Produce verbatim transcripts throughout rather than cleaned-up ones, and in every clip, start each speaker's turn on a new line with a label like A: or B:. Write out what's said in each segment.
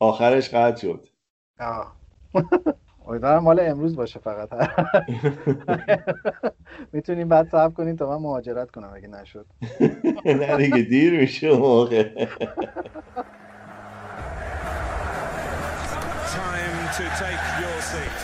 A: آخرش قطع شد.
B: آه امیدوارم مال امروز باشه فقط. میتونیم بعد صبر کنیم تا من مهاجرت کنم اگه نشد.
A: نه دیگه دیر میشه موقع.
C: Time to take your seat.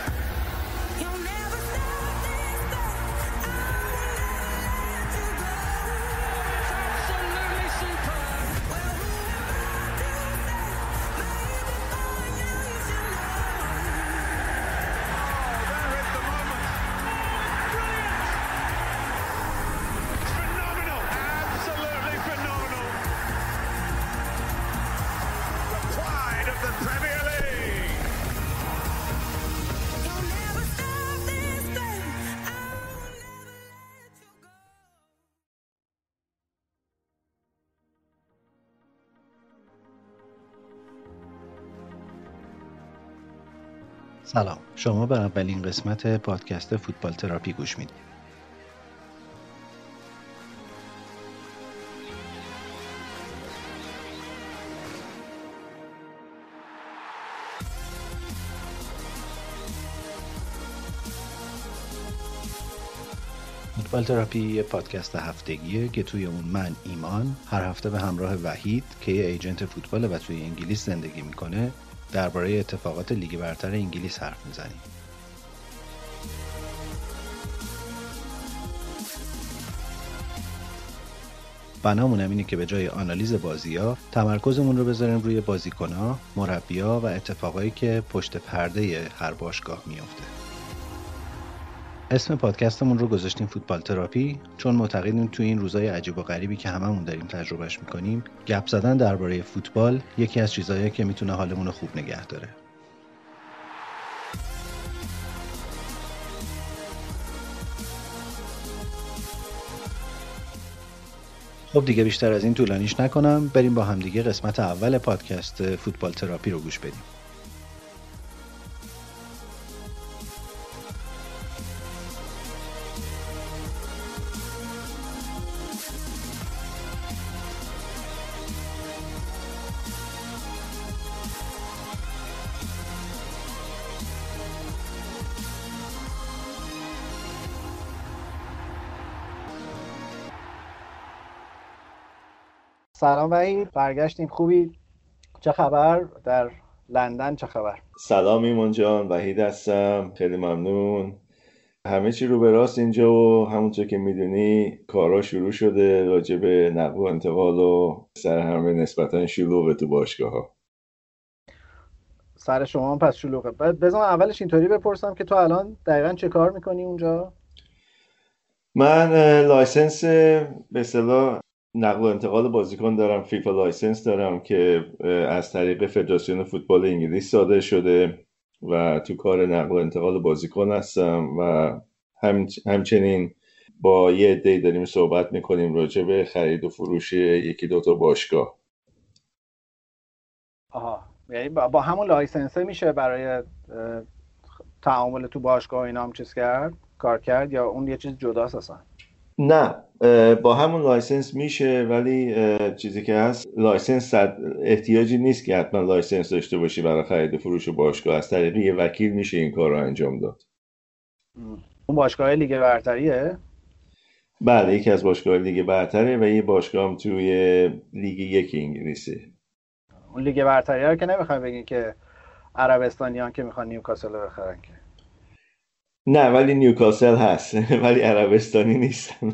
D: سلام، شما به اولین قسمت پادکست فوتبال تراپی گوش میدید. فوتبال تراپی یه پادکست هفتگیه که توی اون من ایمان هر هفته به همراه وحید که یه ایجنت فوتبال و توی انگلیس زندگی میکنه درباره اتفاقات لیگ برتر انگلیس حرف میزنیم. بنامون اینه که به جای آنالیز بازی‌ها تمرکزمون رو بذاریم روی بازیکن‌ها، مربی‌ها و اتفاقایی که پشت پرده هر باشگاه میفته. اسم پادکستمون رو گذاشتیم فوتبال تراپی چون معتقدیم توی این روزای عجیب و غریبی که هممون داریم تجربهش میکنیم گپ زدن درباره فوتبال یکی از چیزاییه که میتونه حالمون رو خوب نگه داره. خب دیگه بیشتر از این طولانیش نکنم، بریم با هم دیگه قسمت اول پادکست فوتبال تراپی رو گوش بدیم.
B: سلام وحید، برگشتیم. خوبی؟ چه خبر در لندن؟ چه خبر؟
A: سلام ایمان جان، وحید هستم. خیلی ممنون. همه چی رو به راست اینجا و همونطور که میدونی کارا شروع شده راجع به نقل و انتقال و سر همه نسبتا شلوغه تو باشگاه ها.
B: سر شما هم پس شلوغه. بعد بذار اولش اینطوری بپرسم که تو الان دقیقاً چه کار میکنی اونجا؟
A: من لایسنس به اصطلاح نقل و انتقال بازیکن دارم، فیفا لایسنس دارم که از طریق فدراسیون فوتبال انگلیس صادر شده و تو کار نقل و انتقال بازیکن هستم و هم همچنین با یه عده‌ای داریم صحبت میکنیم راجع به خرید و فروش یکی دو تا باشگاه.
B: آها، یعنی با همون لایسنسه میشه برای تعامل تو باشگاه اینا هم چیز کرد، کار کرد، یا اون یه چیز جداست اصلا؟
A: نه، با همون لایسنس میشه، ولی چیزی که هست لایسنس احتیاجی نیست که حتما لایسنس داشته باشی برای خرید و فروش باشگاه. از طریق یه وکیل میشه این کار رو انجام داد.
B: اون باشگاه لیگ برتریه؟
A: بله، یکی از باشگاه لیگ برتره و یه باشگاه هم توی لیگ یک انگلیسه.
B: اون لیگ برتریه رو که نمیخوای بگین که عربستانیان که میخوان نیوکاسل رو بخرن که؟
A: نه، ولی نیوکاسل هست ولی عربستانی نیستن.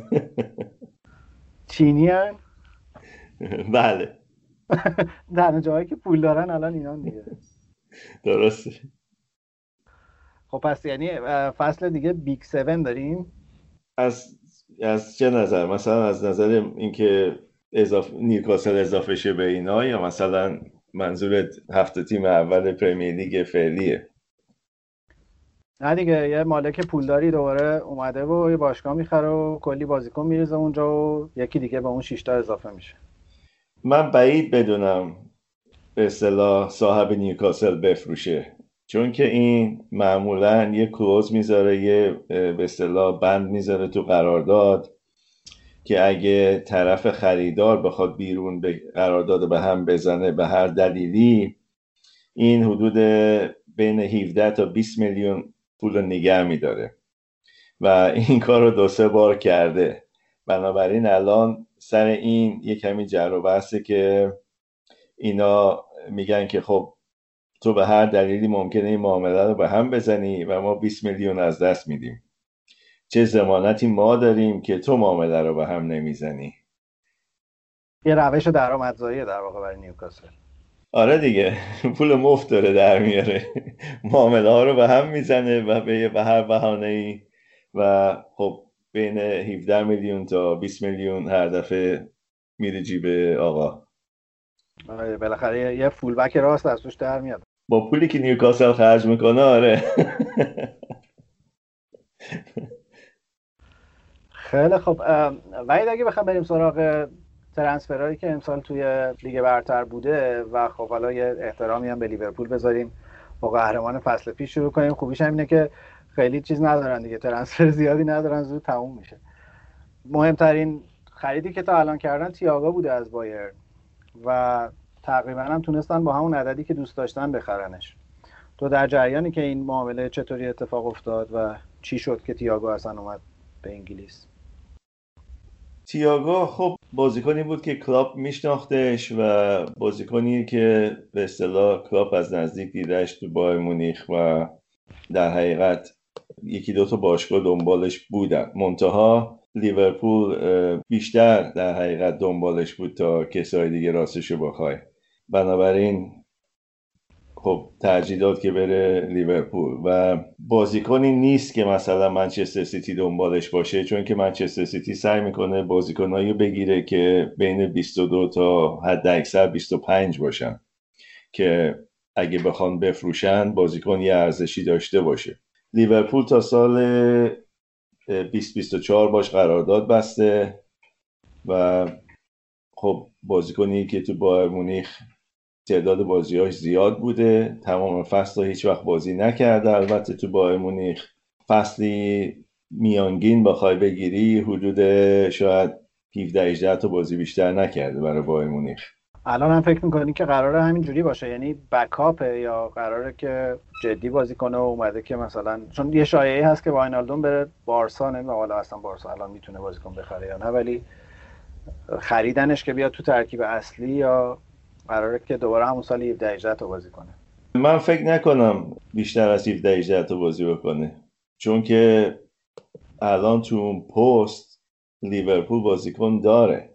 B: چینی هن؟
A: بله.
B: در جایی که پول دارن الان اینان دیگه.
A: درسته.
B: خب پس یعنی فصل دیگه بیگ سیون داریم؟
A: از از چه نظر؟ مثلا از نظر اینکه اضافه نیوکاسل اضافه شه به اینا، یا مثلا منظورت هفت تیم اول پرمیر لیگ فعلیه؟
B: نه دیگه، یه مالک پولداری دوباره اومده و یه باشگاه میخره و کلی بازیکن میریزه اونجا و یکی دیگه به اون شش تا اضافه میشه.
A: من بعید بدونم به اصطلاح صاحب نیوکاسل بفروشه، چون که این معمولا یه کلوز میذاره، یه به اصطلاح بند میذاره تو قرارداد که اگه طرف خریدار بخواد بیرون به قرارداد به هم بزنه به هر دلیلی، این حدود بین هفده تا بیست میلیون پول نگه میداره و این کار رو دو سه بار کرده. بنابراین الان سر این یه کمی جر و بحثه که اینا میگن که خب تو به هر دلیلی ممکنه این معامله رو به هم بزنی و ما بیست میلیون از دست میدیم. چه ضمانتی ما داریم که تو معامله رو به هم نمیزنی؟
B: یه روش درآمدزایی در واقع برای نیوکاسل.
A: آره دیگه، پول مفت داره در میاره، معامله ها رو به هم میزنه و به هر بهانه‌ای و خب بین هفده میلیون تا بیست میلیون هر دفعه میره جیب آقا.
B: آره بالاخره یه فول بک راست از توش در میاد
A: با پولی که نیوکاسل خرج میکنه. آره.
B: خیلی خب وحید، اگه بخوام بریم سراغ ترنسفرهایی که امسال توی لیگ برتر بوده و خب حالا یه احترامی هم به لیورپول بذاریم، با قهرمان فصل پیش شروع کنیم. خوبیش هم اینه که خیلی چیز ندارن دیگه، ترنسفر زیادی ندارن، زود تموم میشه. مهمترین خریدی که تا الان کردن تییاگو بوده از بایرن و تقریبا هم تونستن با همون عددی که دوست داشتن بخرنش. تو در جریانی که این معامله چطوری اتفاق افتاد و چی شد که تییاگو اصلا اومد به انگلیس؟
A: تییاگو خب بازیکنی بود که کلوپ میشناختش و بازیکنی که به اصطلاح کلوپ از نزدیک دیدش تو بایر مونیخ و در حقیقت یکی دو تا باشگاه دنبالش بودن. منتها لیورپول بیشتر در حقیقت دنبالش بود تا کسای دیگه، راستشو بخوای. بنابراین خب ترجیح داد که بره لیورپول و بازیکنی نیست که مثلا منچستر سیتی دنبالش باشه، چون که منچستر سیتی سعی میکنه بازیکنایی بگیره که بین بیست و دو تا حد اکثر بیست و پنج باشن که اگه بخوان بفروشن بازیکن یه ارزشی داشته باشه. لیورپول تا سال بیست بیست و چهار باش قرارداد بسته و خب بازیکنی که تو بایر مونیخ تعداد بازیاش زیاد بوده، تمام فصل هیچ وقت بازی نکرده. البته تو بایر مونیخ فصلی میانگین بخوای بگیری حدود شاید هفده هجده تا بازی بیشتر نکرده برای بایر مونیخ.
B: الان هم فکر میکنی که قراره همین جوری باشه، یعنی بکاپه یا قراره که جدی بازی کنه و اومده که مثلا، چون یه شایعی هست که واینالدوم بره بارسا، نمیدونم حالا اصلا بارسا الان میتونه بازیکن بخره یا نه، ولی خریدنش که بیاد تو ترکیب اصلی یا قراره که دوباره همون سال هفده هجده تا بازی کنه؟
A: من فکر نکنم بیشتر از هفده هجده تا بازی بکنه، چون که الان تو اون پست لیورپول بازیکن داره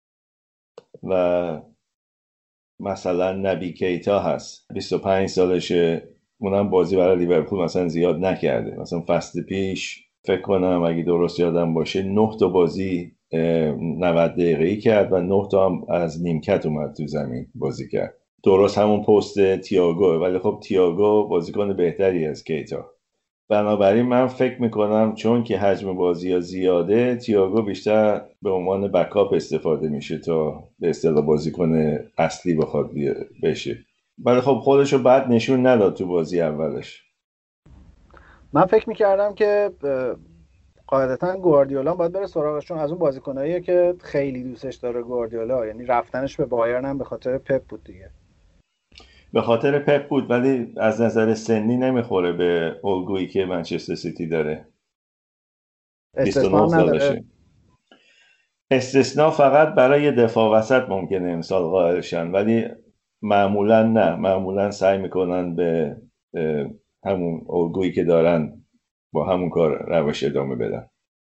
A: و مثلا نبی کیتا هست، بیست و پنج سالشه، اونم بازی برای لیورپول مثلا زیاد نکرده. مثلا فصل پیش فکر کنم اگه درست یادم باشه نه تا بازی نود دقیقه‌ای کرد و نه تا هم از نیمکت اومد تو زمین بازی کرد. درست همون پست تییاگو، ولی خب تییاگو بازیکن بهتری از کیتا. بنابراین من فکر میکنم چون که حجم بازی ها زیاده، تییاگو بیشتر به عنوان بکاپ استفاده میشه تا به اصطلاح بازیکن اصلی بخواد بشه. ولی خب خودشو بعد نشون نداد تو بازی اولش.
B: من فکر میکردم که قاعدتا گواردیولا باید بره سراغش، چون از اون بازیکناییه که خیلی دوستش داره گواردیولا، یعنی رفتنش به بایرن هم به خاطر پپ بود دیگه.
A: به خاطر پپ بود، ولی از نظر سنی نمیخوره به الگویی که منچستر سیتی داره.
B: استثنا نداره.
A: استثنا فقط برای دفاع وسط ممکنه امسال قائل شن، ولی معمولا نه، معمولا سعی میکنن به همون الگویی که دارن با همون کار روش ادامه بدن.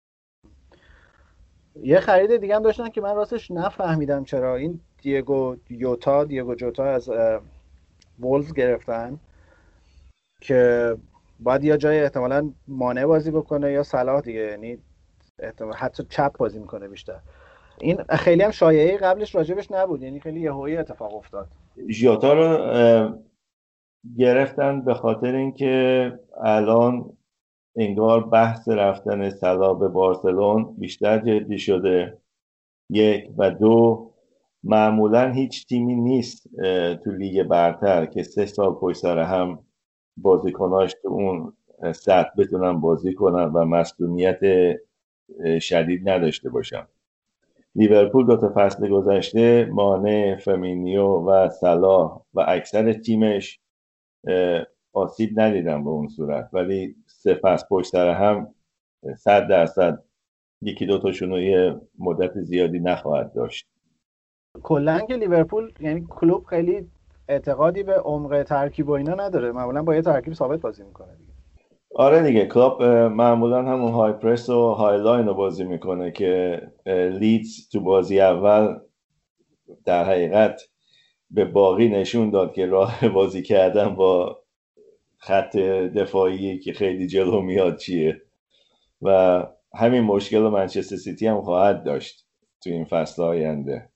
B: یه خرید دیگه هم داشتن که من راستش نفهمیدم چرا، این دیگو یوتا دیگو جوتا از وولز گرفتن که باید یا جای احتمالاً مانع بازی بکنه یا صلاح دیگه، یعنی احتمال حتی چپ بازی میکنه بیشتر. این خیلی هم شایعه قبلش راجبش نبود، یعنی خیلی یهویی اتفاق افتاد.
A: ژوتا رو گرفتن به خاطر اینکه الان انگار بحث رفتن صلاح به بارسلون بیشتر جدی شده، یک، و دو، معمولا هیچ تیمی نیست تو لیگ برتر که سه سال پشت سر هم بازیکناش تو اون سطح بتونن بازی کنن و مسئولیت شدید نداشته باشن. لیورپول دو تا فصل گذشته مانع، فرمینیو و صلاح و اکثر تیمش آسیب ندیدم به اون صورت، ولی سه فصل پشت سر هم صد درصد یکی دو تاشون رو یه مدت زیادی نخواهد داشت.
B: کلا که لیورپول یعنی کلوب خیلی اعتقادی به عمق ترکیب و اینا نداره، معمولا با یه ترکیب ثابت بازی میکنه دیگه.
A: آره دیگه، کلوب معمولا همون های پرس و های لاین رو بازی میکنه که لیدز تو بازی اول در حقیقت به باقی نشون داد که راه بازی کردن با خط دفاعی که خیلی جلو میاد چیه، و همین مشکل منچستر سیتی هم خواهد داشت تو این فصل آینده.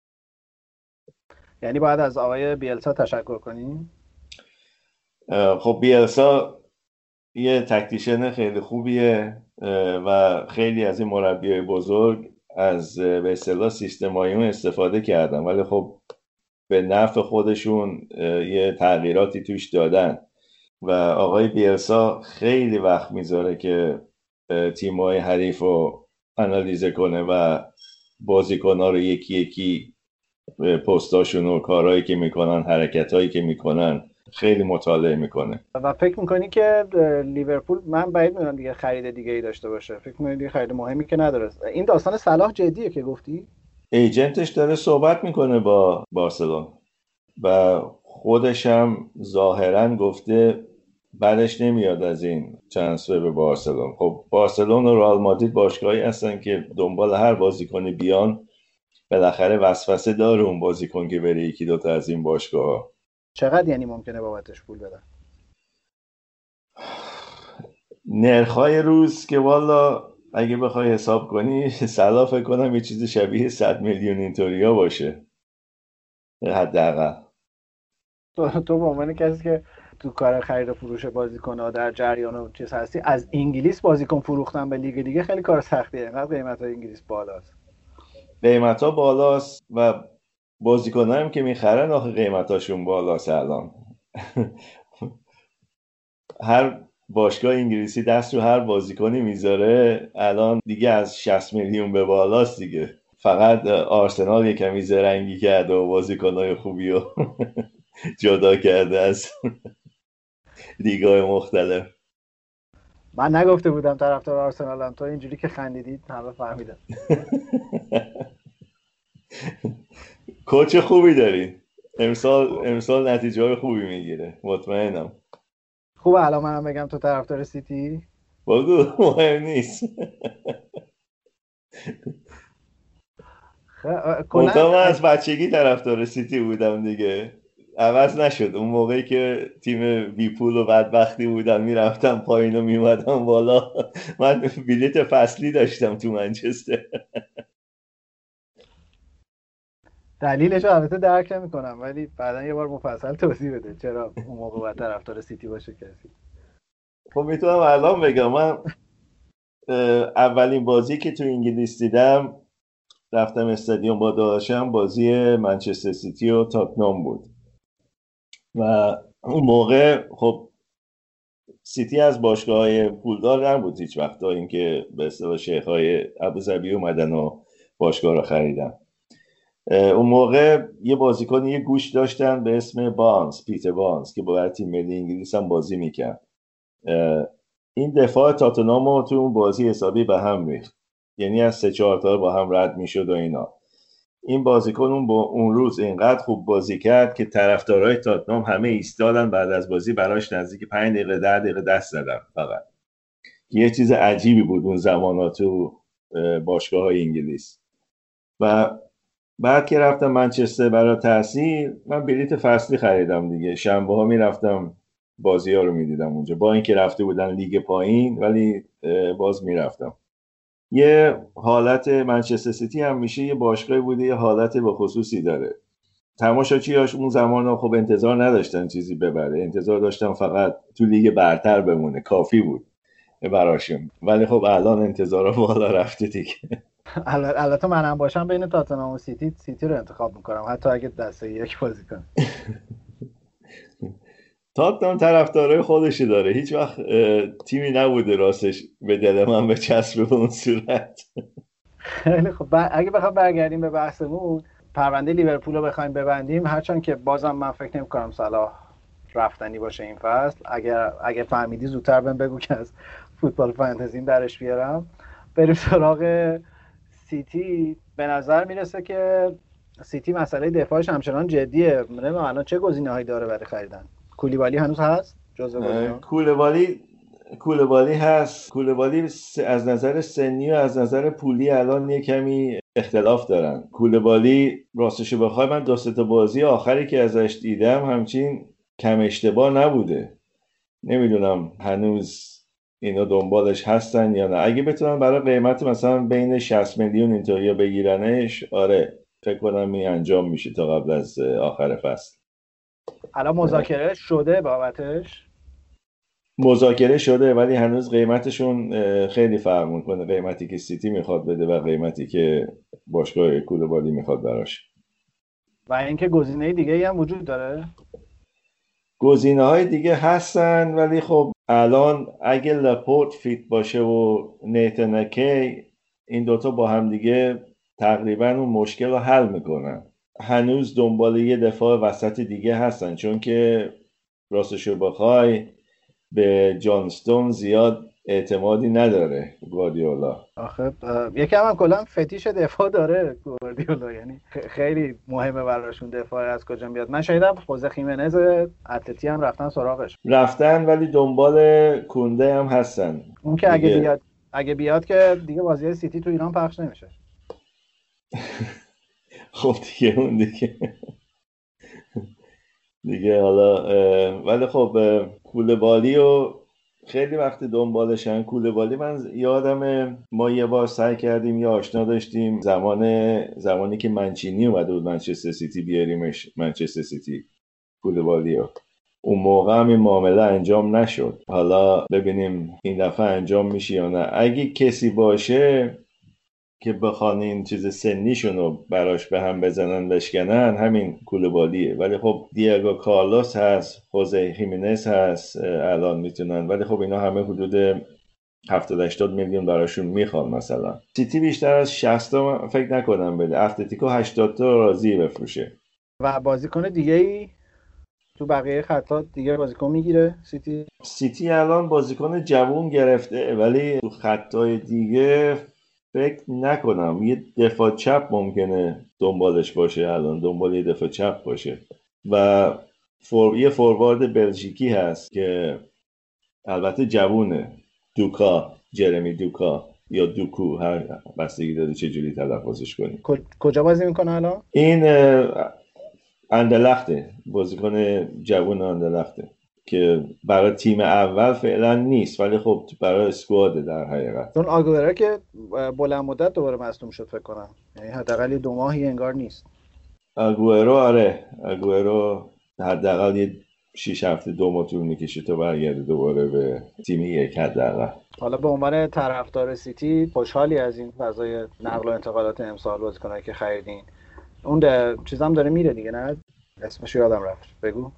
B: یعنی باید از آقای بیلسا تشکر کنیم.
A: خب بیلسا یه تکتیشن خیلی خوبیه و خیلی از این مربیای بزرگ از به اصطلاح سیستمایون استفاده کردن، ولی خب به نفع خودشون یه تغییراتی توش دادن و آقای بیلسا خیلی وقت میذاره که تیم‌های حریف رو آنالیز کنه و بازیکن‌ها رو یکی یکی پستاشون و کارهایی که میکنن، حرکتهایی که میکنن خیلی مطالعه میکنه.
B: و فکر میکنی که لیورپول، من بعید میدونم دیگه خرید دیگه ای داشته باشه، فکر میکنی دیگه خرید مهمی که نداره؟ این داستان صلاح جدیه که گفتی؟
A: ایجنتش داره صحبت میکنه با بارسلون و خودش هم ظاهرا گفته بعدش نمیاد از این ترانسفر به بارسلون. خب بارسلون و رئال مادرید باشگاهی هستن که دنبال هر بازیکنی بیان بالاخره وسوسه داره اون بازیکن که بره یکی دوتا از این باشگاه.
B: چقدر یعنی ممکنه بابتش پول بدن؟
A: نرخ‌های روز که والا اگه بخوای حساب کنی صلاح فکر کنم یه چیز شبیه صد میلیون اینطوریا باشه حداقل.
B: تو تو به عنوان کسی که تو کار خرید و فروش بازیکن‌ها در جریان و چیز هستی، از انگلیس بازیکن فروختن به لیگ دیگه خیلی کار سختیه. اینقدر قیمت‌های انگلیس بالاست.
A: قیمت‌ها بالاست و بازیکن‌ها هم که میخرن آخه قیمتاشون بالاست الان. هر باشگاه انگلیسی دست رو هر بازیکنی میذاره الان دیگه از شصت میلیون به بالاست دیگه. فقط آرسنال یه کمی زرنگی کرده و بازیکن‌های خوبی رو جدا کرده از لیگ‌های مختلف.
B: من نگفته بودم طرفدار آرسنالم، تو اینجوری که خندیدید همه فهمیدن.
A: کوچ خوبی داری، امسال امسال نتیجه‌های خوبی میگیره مطمئنم.
B: خوبه الان منم بگم تو طرفدار سیتی؟
A: بگو، مهم نیست. منتها من از بچگی طرفدار سیتی بودم دیگه، عوض نشد. اون موقعی که تیم بیپول و بدبختی بودم میرفتم پایین و میومدم بالا. من بلیت فصلی داشتم تو منچستر.
B: دلیلش رو البته درک نمی‌کنم، ولی بعداً یه بار مفصل توضیح بده چرا اون موقع باید طرفدار سیتی باشه کسی.
A: خب میتونم الان بگم، من اولین بازی که تو انگلیس دیدم رفتم استادیوم با داداشم، بازی منچستر سیتی و تاتنام بود و اون موقع خب سیتی از باشگاه‌های پولدار نبود هیچ وقت، تا اینکه به اصطلاح شیخ‌های ابوظبی اومدن و باشگاه رو خریدن. اون موقع یه بازیکن یه گوش داشتن به اسم بانز، پیتر بانز، که با تیم ملی انگلیس هم بازی میکرد. این دفاع تاتنامو تو اون بازی حسابی به هم ریخت، یعنی از سه چهار تا با هم رد میشد و اینا. این بازیکن اون با اون روز اینقدر خوب بازی کرد که طرفدارای تاتنام همه ایستادن بعد از بازی براش نزدیک پنج دقیقه ده دقیقه دست زدن فقط. یه چیز عجیبی بود اون زمانات تو باشگاه‌های انگلیس. و بعد که رفتم منچستر برای تحصیل، من بلیت فصلی خریدم دیگه، شنبه ها میرفتم بازی ها رو میدیدم اونجا، با اینکه رفته بودن لیگ پایین ولی باز میرفتم. یه حالت منچستر سیتی هم میشه یه باشگاهی بوده، یه حالت به خصوصی داره. تماشاچیاش اون زمان ها خب انتظار نداشتن چیزی ببره، انتظار داشتن فقط تو لیگ برتر بمونه، کافی بود براشون. ولی خب الان انتظارا بالا رفته دیگه.
B: البته منم باشم بین تاتنهام و سیتی سیتی رو انتخاب میکنم، حتی اگه دسته یک بازی کنم.
A: تاتنهام طرفدارای خودشی داره، هیچ وقت تیمی نبوده راستش به دل من بچسبه به اون صورت.
B: خیلی خب، اگه بخوام برگردیم به بحثمون، پرونده لیورپول رو بخوایم ببندیم، هرچند که بازم من فکر نمی‌کنم صلاح رفتنی باشه این فصل. اگر اگر فهمیدی زودتر بهم بگو که از فوتبال فانتزیم درش بیارم. بریم سراغ سیتی. به نظر میرسه که سیتی مسئله دفاعش همچنان جدیه. نمیدونم الان چه گزینه‌هایی داره برای خریدن. کولیبالی هنوز هست جزو گزینه‌ها؟
A: کولیبالی کولیبالی هست. کولیبالی از نظر سنی و از نظر پولی الان یه کمی اختلاف دارن. کولیبالی راستش بخوای من دو سه تا بازی آخری که ازش دیدم همچین کم اشتباه نبوده. نمیدونم هنوز اینا دنبالش هستن یا نه. اگه بتونن برای قیمت مثلا بین شصت میلیون اینطوری بگیرنش، آره فکر کنم این انجام میشه تا قبل از آخر فصل.
B: الان مذاکره شده بابتش؟
A: مذاکره شده ولی هنوز قیمتشون خیلی فرق میکنه، قیمتی که سیتی میخواد بده و قیمتی که باشگاه کولیبالی میخواد براش.
B: و اینکه گزینه دیگه هم وجود داره؟
A: گزینه های دیگه هستن ولی خب الان اگه لپورت فیت باشه و نیتن اکی، این دوتا با هم دیگه تقریبا اون مشکل رو حل میکنن. هنوز دنبال یه دفاع وسط دیگه هستن چون که راستشو بخوای به جانستون زیاد اعتمادی نداره گواردیولا.
B: آخه یکم هم کلا فتیش دفاع داره گواردیولا، یعنی خیلی مهمه براشون دفاع از کجا بیاد. من شایدم خوزه خیمنز اتلتی هم رفتن سراغش.
A: رفتن ولی دنبال کنده هم هستن.
B: اون که اگه بیاد اگه بیاد که دیگه بازی سیتی تو ایران پخش نمیشه.
A: خب دیگه اون دیگه دیگه حالا ولی خب کولیبالی و خیلی وقت دنبالشن. کولیبالی من یادم ما یه بار سعی کردیم یا آشنا داشتیم زمان زمانی که منچینی اومده بود منچستر سیتی بیاریمش منچستر سیتی کولیبالی رو. اون موقع هم این معامله انجام نشد. حالا ببینیم این دفعه انجام میشه یا نه. اگه کسی باشه که بخوان این چیز سنیشون رو براش به هم بزنن بشکنن همین کولیبالیه. ولی خب دیگو کارلوس هست، خوزه خیمنز هست الان میتونن، ولی خب اینا همه حدود هفتاد هشتاد میلیون براشون میخوان. مثلا سیتی بیشتر از شصت تا فکر نکنم بده. اتلتیکو هشتاد تا راضی بفروشه.
B: و بازیکن دیگه ای تو بقیه خطات دیگه بازیکن میگیره سیتی؟
A: سیتی الان بازیکن جوون گرفته ولی تو خطای دیگه فکر نکنم. یه دفاع چپ ممکنه دنبالش باشه، الان دنبال یه دفاع چپ باشه. و فور... یه فوروارد بلژیکی هست که البته جوونه، دوکا، جرمی دوکا یا دوکو، هر بستگی داره چه جوری تلفظش کنی.
B: کجا بازی میکنه الان؟
A: این اندلخته، بازیکن جوون اندلخته که برای تیم اول فعلا نیست ولی خب برای اسکواد در حقیقت.
B: چون آگوئرو که بلند مدت دوباره مصدوم شد فکر کنم، یعنی حداقل دو ماهی انگار نیست.
A: آگوئرو آره، آگوئرو حداقل یه شش هفته دو ماه طول میکشه تا برگرده دوباره به تیم یک حداقل.
B: حالا به عنوان طرفدار سیتی خوشحالی از این فضای نقل و انتقالات امسال بازیکنایی که خریدین؟ اون چیزام داره میره دیگه، نه اسمش یادم رفت، بگو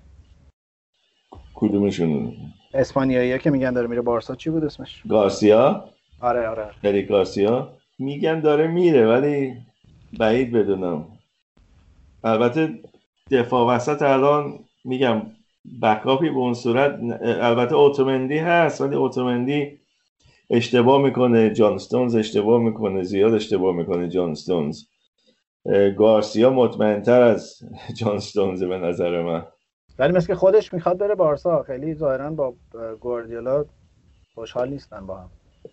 A: کدومشون؟
B: اسپانیاییه که میگن داره میره بارسا، چی بود اسمش؟
A: گارسیا.
B: آره آره
A: اریک گارسیا میگن داره میره ولی بعید بدونم. البته دفاع وسط الان میگم بکاپی به اون صورت، البته اوتومندی هست ولی اوتومندی اشتباه میکنه، جان استونز اشتباه میکنه، زیاد اشتباه میکنه جان استونز. گارسیا مطمئن‌تر از جان استونز به نظر من.
B: ولی مثل که خودش میخواد بره بارسا، خیلی ظاهرا با گواردیولا خوشحال نیستن با هم.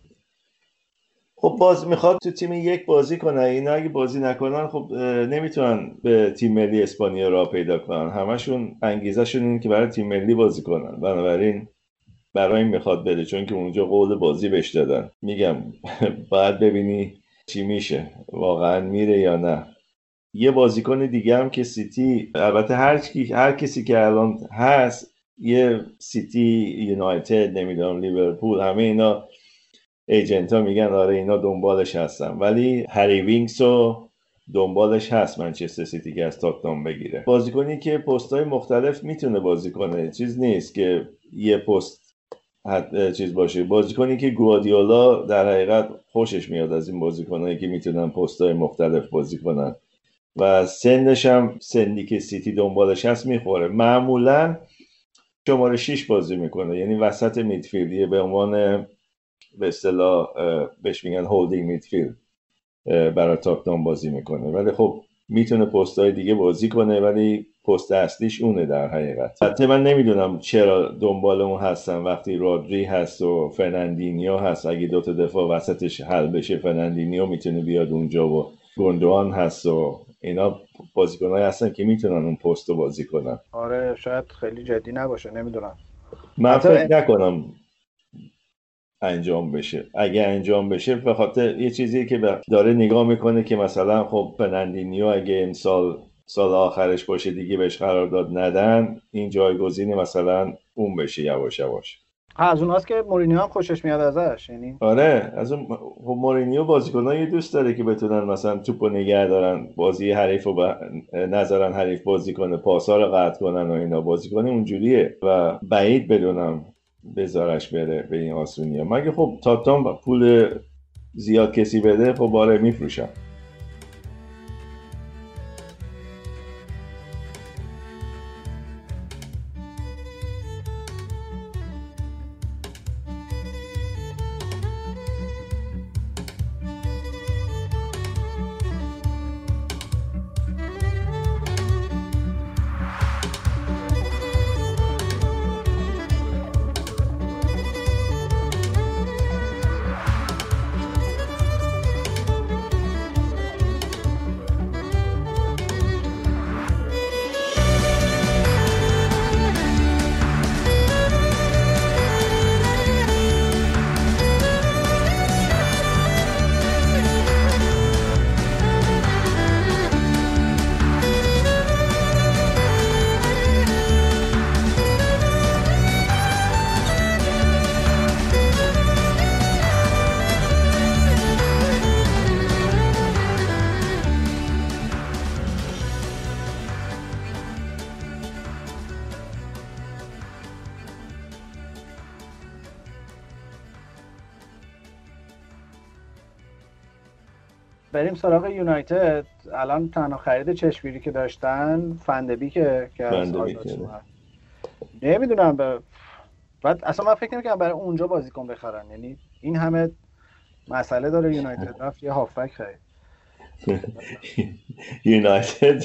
A: خب باز میخواد تو تیم یک بازی کنه، اینا اگه بازی نکنن خب نمیتونن به تیم ملی اسپانیا راه پیدا کنن. همشون انگیزشون اینه که برای تیم ملی بازی کنن، بنابراین برای این میخواد بره چون که اونجا قول بازی بهش دادن. میگم باید ببینی چی میشه، واقعا میره یا نه. یه بازیکن دیگه هم که سیتی، البته هر کی هر کسی که الان هست، یه سیتی، یونایتد، نمیدونم لیورپول، همه اینا ایجنت ها میگن آره اینا دنبالش هستن، ولی هری وینکسو دنبالش هست منچستر سیتی که از تاتنهام بگیره. بازیکنی که پست‌های مختلف میتونه بازی کنه، چیز نیست که یه پست چیز باشه. بازیکنی که گواردیولا در حقیقت خوشش میاد از این بازیکنایی که میتونن پست‌های مختلف بازی کنن و سنش هم سنی که سیتی دنبالش هست میخوره. معمولا شماره شش بازی میکنه، یعنی وسط میدفیلدیه، به عنوان به اصطلاح بهش میگن هولدینگ میدفیلد برای تاتنهام بازی میکنه. ولی خب میتونه پست‌های دیگه بازی کنه، ولی پست اصلیش اونه در حقیقت. البته من نمیدونم چرا دنبال اون هستن وقتی رودری هست و فرناندینیو هست. اگه دوتا دفاع وسطش حل بشه، فرناندینیو میتونه بیاد اونجا و گوندوان هست و اینا بازیکنایی هستن که میتونن اون پست رو بازی کنن.
B: آره شاید خیلی جدی نباشه، نمیدونم.
A: من فکر نکنم انجام بشه. اگه انجام بشه به خاطر یه چیزی که داره نگاه میکنه که مثلا خب فرناندینیو اگه این سال سال آخرش باشه دیگه بهش قرارداد ندن، این جایگزین مثلا اون بشه یواش یواش.
B: از اوناست که مورینیو هم خوشش میاد ازش، یعنی
A: آره از اون خب مورینیو بازیکنایی دوست داره که بتونن مثلا توپو نگه دارن، بازی حریفو با... نذارن حریف بازی کنه، پاسا رو قطع کنن و اینا. بازیکن اونجوریه و بعید بدونم بذارش بره به این آسونیه. مگه خب تاتنهام پول زیاد کسی بده خب باره میفروشن.
B: بریم سراغ یونایتد. الان تنها خرید چشمگیری که داشتن فندبی که که از آزاد نمیدونم ب... بعد اصلا من فکر نمی‌کردم برای اونجا بازیکن بخرن، یعنی این همه مسئله داره یونایتد رفت یه هافبک خرید.
A: یونایتد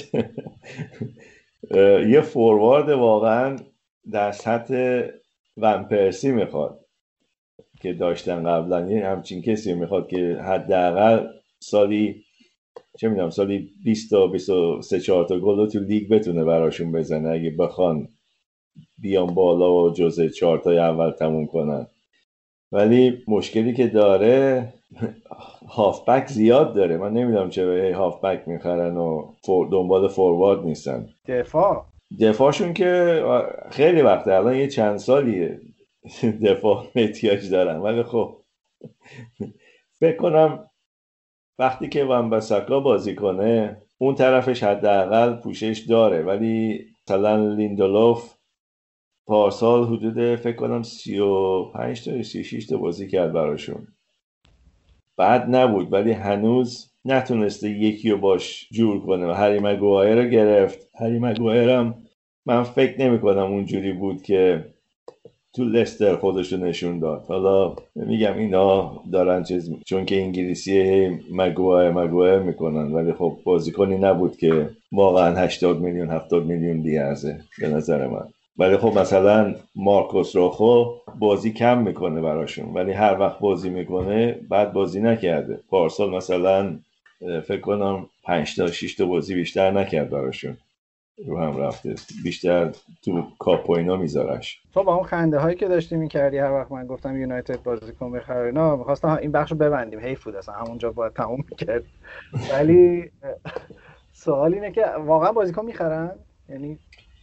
A: یه فوروارد واقعا در سطح ون پرسی میخواد که داشتن قبلا، یه همچین کسی میخواد که حداقل سالی چه میدونم سالی بیست تا بیست و سه چهار تا گل تو لیگ بتونه براشون بزنه اگه بخوان بیان بالا و جزء چهار تای اول تموم کنن. ولی مشکلی که داره هافبک زیاد داره. من نمیدونم چرا هی هافبک میخرن و فور دنبال فوروارد نیستن.
B: دفاع
A: دفاعشون که خیلی وقته، الان یه چند سالیه دفاع احتیاج دارن. ولی خب فکر کنم وقتی که وان-بساکا بازی کنه اون طرفش حداقل پوشش داره. ولی مثلا لیندلوف پارسال حدود فکر کنم سی و پنج تا سی و شش تا بازی کرد براشون، بد نبود ولی هنوز نتونسته یکی رو باش جور کنه. و هری مگوایر رو گرفت. هری مگوایر هم من فکر نمی کنم اونجوری بود که تو لستر خودشو نشون داد. حالا میگم اینا دارن چیز می... چون که انگلیسی مگوایر مگوایر میکنن، ولی خب بازیکنی نبود که واقعا هشتاد میلیون هفتاد میلیون بیارزه به نظر من. ولی خب مثلا مارکوس روخو بازی کم میکنه براشون، ولی هر وقت بازی میکنه بعد بازی نکرده. پارسال مثلا فکر کنم پنج تا شش تا بازی بیشتر نکرد براشون، رو هم رفته بیشتر تو کاپ و اینا میذارش.
B: تو با اون خنده هایی که داشتی میکردی هر وقت من گفتم یونایتد بازیکن بخره اینا، می‌خواستم این بخش رو ببندیم، حیف بود اصلا همونجا باید تموم میکرد. ولی سوال اینه که واقعا بازیکن میخرن؟ یعنی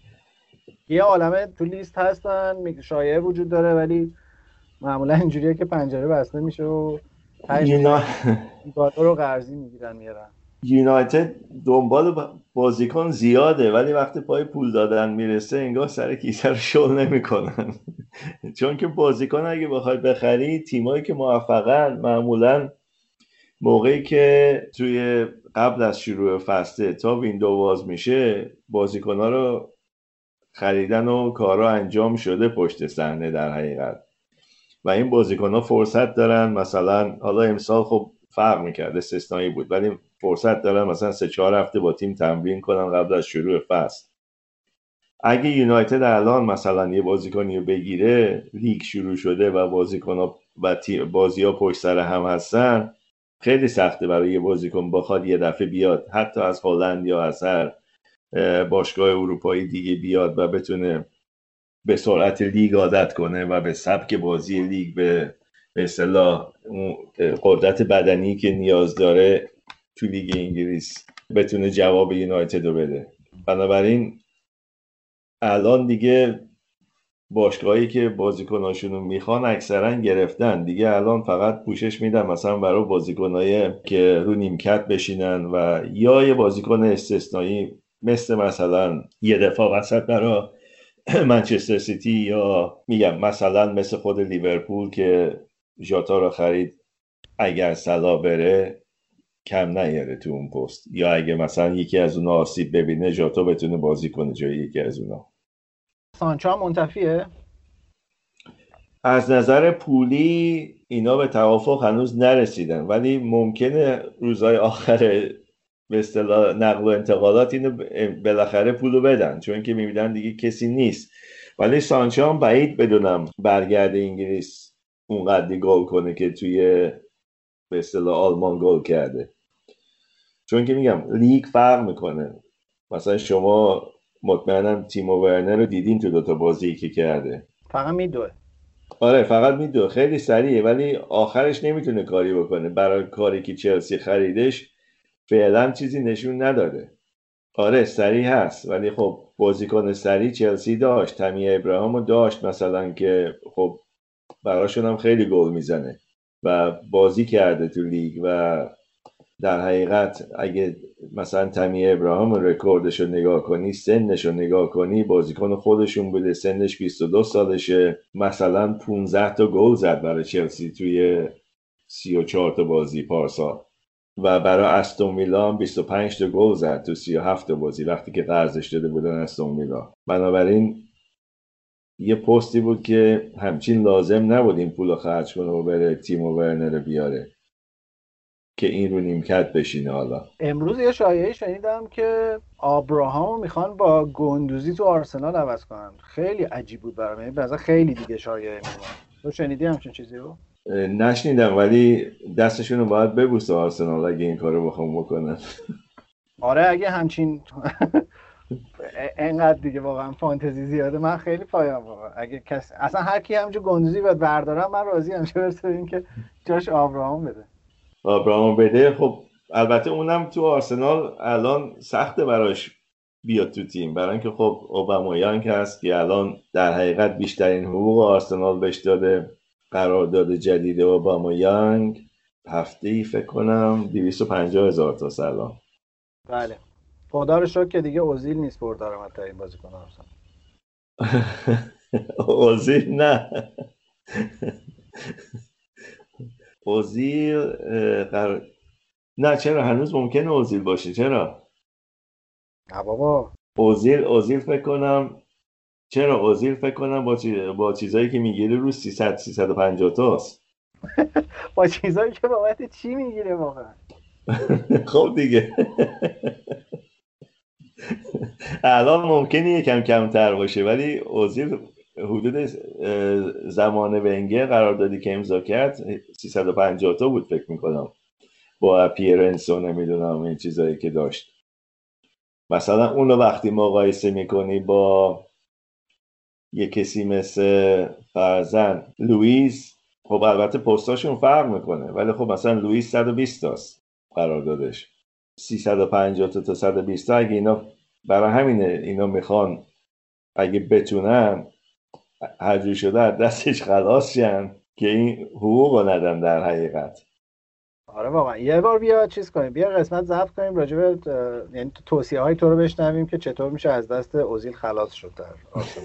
B: یه عالمه تو لیست هستن، شایعه وجود داره، ولی معمولا اینجوریه که پنجره بسته میشه و
A: یونا...
B: گاتو رو قرضی میگیرن میارن.
A: یونایتد دنبال بازیکن زیاده ولی وقتی پای پول دادن میرسه انگار سر کیسه رو شل نمیکنن. چون که بازیکن اگه بخوای بخری، تیمایی که موفقن معمولا موقعی که توی قبل از شروع فصل تا ویندو باز میشه بازیکن‌ها رو خریدن و کارا انجام شده پشت صحنه در حقیقت و این بازیکن‌ها فرصت دارن. مثلا حالا امسال خب فرق میکرد، استثنایی بود، ولی فرصت دارن مثلا سه چهار هفته با تیم تمرین کنن قبل از شروع فصل. اگه یونایتد الان مثلا یه بازیکنی رو بگیره، لیگ شروع شده و بازیکن‌ها و بازی‌ها پشت سر هم هستن، خیلی سخته برای یه بازیکن بخواد یه دفعه بیاد حتی از هلند یا از هر باشگاه اروپایی دیگه بیاد و بتونه به سرعت لیگ عادت کنه و به سبک بازی لیگ، به به اصطلاح قدرت بدنی که نیاز داره تو لیگ انگلیس بتونه جواب یونایتد رو بده. بنابراین الان دیگه باشگاهایی که بازیکناشونو میخوان اکثرا گرفتن دیگه، الان فقط پوشش میدن مثلا برای بازیکنایی که رو نیمکت بشینن و یا یه بازیکن استثنایی مثل مثلا یه دفاع وسط برای منچستر سیتی، یا میگم مثلا مثل خود لیورپول که ژاتا رو خرید اگر صلاح بره کم نیاره تو اون پست، یا اگه مثلا یکی از اونا آسیب ببینه ژاتا بتونه بازی کنه جای یکی از اونا.
B: سانچو هم منتفیه؟
A: از نظر پولی اینا به توافق هنوز نرسیدن، ولی ممکنه روزهای آخر به اصطلاح نقل و انتقالات اینو بالاخره پولو بدن، چون که میبینن دیگه کسی نیست. ولی سانچو هم بعید بدونم برگرده انگلیس اونقدر گل کنه که توی به اصطلاح آلمان گل کرده، چون که میگم لیگ فرق میکنه. مثلا شما مطمئنم تیمو ورنر رو دیدین تو دوتا بازی که کرده،
B: فقط میدوه.
A: آره فقط میدوه، خیلی سریعه ولی آخرش نمیتونه کاری بکنه. برای کاری که چلسی خریدش فعلا چیزی نشون نداده. آره سریع هست ولی خب بازیکن سریع چلسی داشت، تامی ابراهامو داشت مثلا که خب براشون هم خیلی گل میزنه و بازی کرده تو لیگ و در حقیقت اگه مثلا تامی ابراهام رکوردش رو نگاه کنی، سنش رو نگاه کنی، بازیکن خودشون بوده، سنش بیست و دو سالشه، مثلا پانزده تا گل زد برای چلسی توی سی و چهار تا بازی پارسال و برای استون ویلا هم بیست و پنج تا گل زد تو سی و هفت تا بازی وقتی که قرضش داده بودن استون ویلا. بنابراین یه پستی بود که همچین لازم نبود این پول رو خرج کنه و بره تیمو ورنر بیاره که این رو نیمکت بشینه. حالا
B: امروز یه شایعه شنیدم که آبراهامو میخوان با گندوزی تو آرسنال عوض کنن. خیلی عجیب بود برام، یعنی مثلا خیلی دیگه شایعه میمونه. تو شنیدی همچین چیزی رو؟
A: نشنیدم ولی دستشون رو باید ببوسه آرسنال اگه این کارو بخوام بکنن.
B: آره اگه همچین اینقدر دیگه واقعا فانتزی زیاده، من خیلی پایم واقعا. اگه کس اصلا هر کی همینجور گندوزی باید بردارم من راضی ام، چه برسه این که جاش آبراهام بده.
A: آبراهام بده. خب البته اونم تو آرسنال الان سخته براش بیاد تو تیم، برای اینکه خب اوبامیانگ هست که الان در حقیقت بیشترین حقوق آرسنال بهش داده، قرارداد جدید اوبامیانگ هفته‌ای فکر کنم دویست و پنجاه هزار تا سلام.
B: بله خدا رو شکر که دیگه اوزیل نیست پردرآمدترین بازیکن آرسنال.
A: اوزیل نه اوزیل قرار... نه چرا هنوز ممکنه اوزیل باشه، چرا؟
B: نه بابا
A: اوزیل اوزیل فکر کنم چرا اوزیل فکر کنم با, چیز... با چیزایی که میگیره رو سیصد سیصد و پنجاه تاست.
B: با چیزایی که بابت چی میگیره واقعا؟
A: خب دیگه الان ممکنه یکم کمتر باشه ولی اوزیل حدود زمان ونگر قراردادی که امضا کرد سیصد و پنجاه تا بود فکر میکنم، با اپیرنس و نمیدونم این چیزایی که داشت. مثلا اونو وقتی مقایسه میکنی با یه کسی مثل فرزن لوئیس، خب البته پستاشون فرق میکنه ولی خب مثلا لوئیس صد و بیست تاست قراردادش، سیصد و پنجاه تا تا صد و بیست تا. اگه اینا برای همینه اینا میخوان اگه بتونن هر جور شده از دستش خلاص شن که این حقوق رو ندن در حقیقت.
B: آره واقعا یه بار بیا چیز کنیم، بیا قسمت ضبط کنیم راجع به یعنی توصیه های تو رو بشنویم که چطور میشه از دست اوزیل خلاص شد در آرسنال.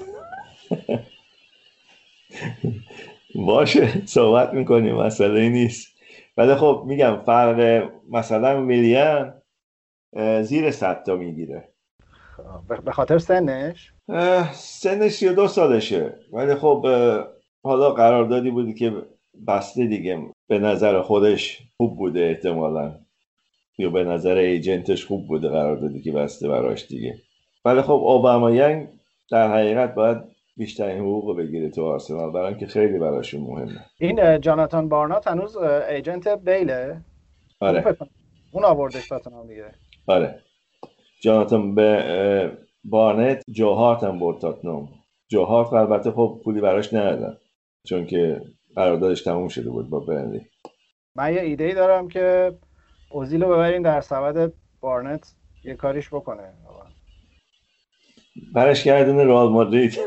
A: باشه صحبت میکنیم، مسئله نیست. ولی خب میگم فرق مثلا ویلیان زیر صد تا میگیره.
B: به خاطر سنش؟
A: سنش سی و دو سالشه، ولی خب حالا قراردادی بودی که بسته دیگه، به نظر خودش خوب بوده احتمالاً، یا به نظر ایجنتش خوب بوده قراردادی که بسته براش دیگه. ولی خب اوبامیانگ در حقیقت باید بیشترین حقوق بگیره تو آرسنال، برای اینکه خیلی براشون مهمه.
B: این جاناتان بارنات هنوز ایجنت بیله؟
A: آره
B: اون آوردش تاتنهام دیگه.
A: آره جاناتان به بارنت جو هارت هم برد تاتنهام. جو هارت البته خب پولی براش ندادن چون که قراردادش تموم شده بود با برنلی.
B: من یه ایده‌ای دارم که اوزیل رو ببرین در سبد بارنت یه کاریش بکنه.
A: برش گردونه رئال مادرید.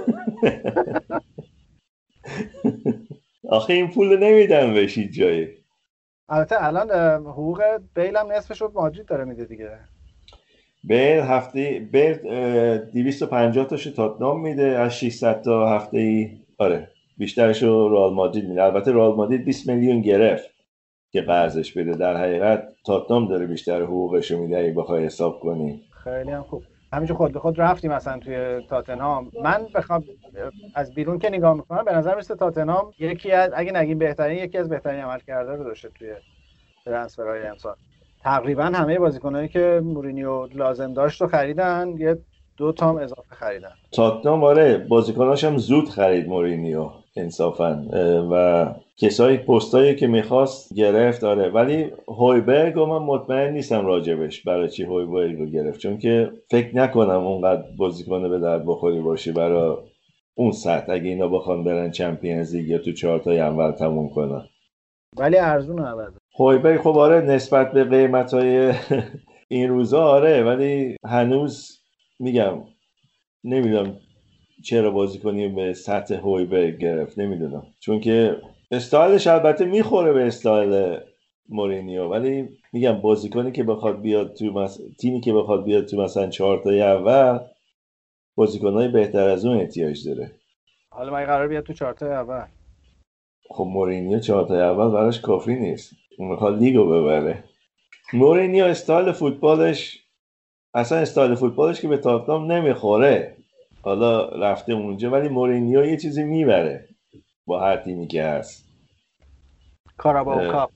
A: آخه این پول نمیدن بهش هیچ جایی.
B: البته الان حقوق بیل هم نصفش رو مادرید داره میده دیگه.
A: بیل هفته بیل دویست و پنجاه تاشو تاتنهام میده از ششصد تا هفته ای. آره بیشترش رو رئال مادرید میده. البته رئال مادرید بیست میلیون گرفت که قرضش بده، در حقیقت تاتنهام داره بیشتر حقوقش رو میده اگه بخوای حساب کنی.
B: خیلی هم خوب. همینجور خود به خود رفتی مثلا توی تاتنهام. من بخوام از بیرون که نگاه میکنم به نظر میاد تاتنهام یکی از اگه نگیم بهترین یکی از بهترین عملکردها رو داشته توی ترانسفرهای امسال. تقریبا همه بازیکنایی که مورینیو لازم داشت رو خریدن، یه دو تام اضافه خریدن.
A: تاتنهام آره بازیکناش هم زود خرید مورینیو انصافا و کسایی پستایی که میخواست گرفت. آره ولی هویبرگ رو من مطمئن نیستم راجبش برای چی هویبرگ رو گرفت، چون که فکر نکنم اونقدر بازیکن به درد بخوری باشه برای اون سطح اگه اینا بخوان برن چمپیونز لیگ یا تو چهارتای اول تموم کنن.
B: ولی ارزونه عوض.
A: هویبرگ خب آره نسبت به قیمتای این روزا آره، ولی هنوز میگم نمیدونم چرا بازیکنی به سطح هویبرگ گرفت، نمیدونم، چون که استایلش البته میخوره به استایل مورینیو، ولی میگم بازیکنی که بخواد بیاد تو مس... تیمی که بخواد بیاد تو مثلا چهار تای اول بازیکنای بهتر از اون احتیاج داره.
B: حالا من قرار بیاد تو چهار تای اول.
A: خب مورینیو چهار تای اول براش کافی نیست، اون میخواد لیگو ببره. مورینیو استایل فوتبالش اصلا استایل فوتبالش که به تاتنهام نمیخوره، حالا رفته اونجا، ولی مورینیو یه چیزی میبره با هر تیمی که هست.
B: کاراباو کاپ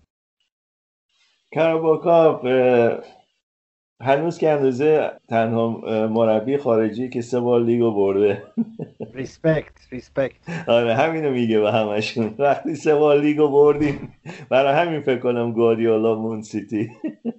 A: کاراباو کاپ هنوز که اندازه تنها مربی خارجی که سه بار لیگو برده.
B: ریسپکت ریسپکت.
A: آره همینو میگه به همشون، وقتی سه بار لیگو بردیم برای همین فکر کنم گواردیولا مون سیتی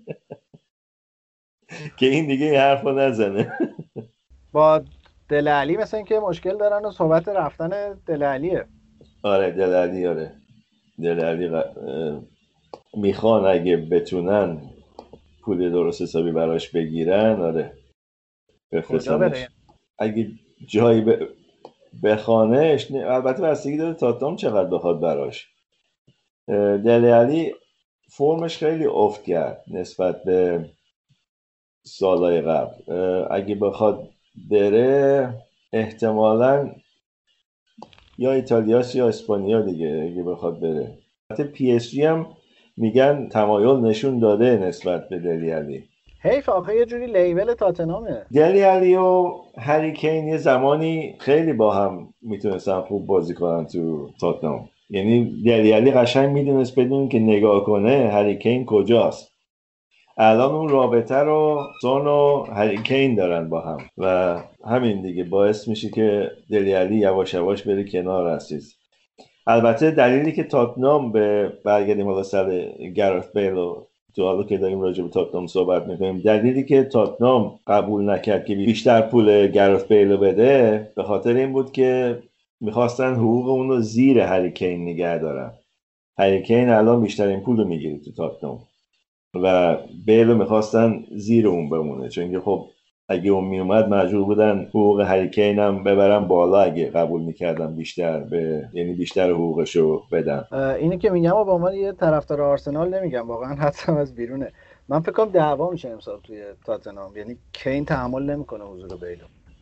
A: که این دیگه این حرفو نزنه.
B: با دلعلی مثل این که مشکل دارن و صحبت رفتن دلعلیه.
A: آره دلعلی آره دلعلی ق... میخوان اگه بتونن پول درست حسابی براش بگیرن آره بفرستنش. اگه جایی ب... بخوانش البته بستگی داره تاتنهام چقدر بخواد براش. دلعلی فرمش خیلی افت کرد نسبت به سالهای قبل. اگه بخواد بره احتمالاً یا ایتالیاس یا اسپانیا دیگه اگه بخواد بره. حتی پی اس جی هم میگن تمایل نشون داده نسبت به دلیالی.
B: حیف آخه یه جوری لیول تاتنهامه.
A: دلیالی و هری کین یه زمانی خیلی با هم میتونستن خوب بازی کنن تو تاتنهام، یعنی دلیالی قشنگ میدونست بدون که نگاه کنه هری کین کجاست. الان اون رابطه رو سون و هری کین دارن با هم و همین دیگه باعث میشه که دلیالی یواش یواش بره کنار هستیز. البته دلیلی که تاتنهام به برگردیم حالا سر گرت بیل و تو حالا که داریم راجع به تاتنهام صحبت میکنیم، دلیلی که تاتنهام قبول نکرد که بیشتر پول گرت بیل رو بده به خاطر این بود که میخواستن حقوق اون رو زیر هری کین نگه دارن. هری کین الان بیشترین پول رو میگیره تو تاتنهام و بیل رو میخواستن زیر اون بمونه، چون که خب اگه اون میومد مجبور بودن حقوق هری کین هم ببرن بالا اگه قبول میکردن بیشتر به یعنی بیشتر حقوقشو بدن.
B: اینی که میگم و با من یه طرفدار آرسنال نمیگم، واقعا حدسم از بیرونه. من فکر کنم دعوا میشه امسال توی تاتنهام، یعنی کین تحمل نمیکنه حضور بیل.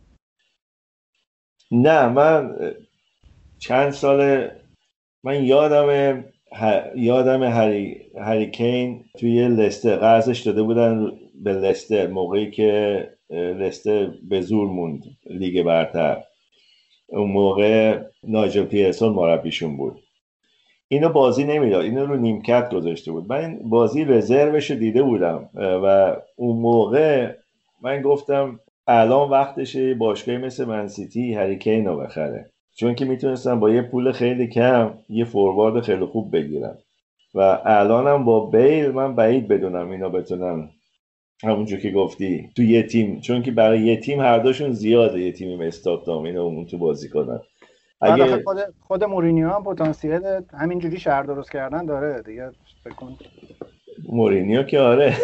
A: نه من چند سال من یادم یادم هری هری کین توی لستر قرضش داده بودن به لستر موقعی که لستر به زور موند لیگ برتر. اون موقع نایجل پیرسون مربیشون بود. اینو بازی نمیداد، اینو رو نیمکت گذاشته بود. من بازی رزروش دیده بودم و اون موقع من گفتم الان وقتشه باشگاهی مثل منسیتی هری کین رو بخره، چون که میتونستم با یه پول خیلی کم یه فوروارد خیلی خوب بگیرم و الانم با بیل من بعید بدونم اینا بتونن همونجور که گفتی تو یه تیم، چون که برای یه تیم هر دوشون زیاده، یه تیمی مثل تاتنهام اینو اون تو بازی کنن.
B: اگه خود خود مورینیو هم پتانسیل همینجوری شهر درست کردن داره دیگه، فکر کن.
A: مورینیو که آره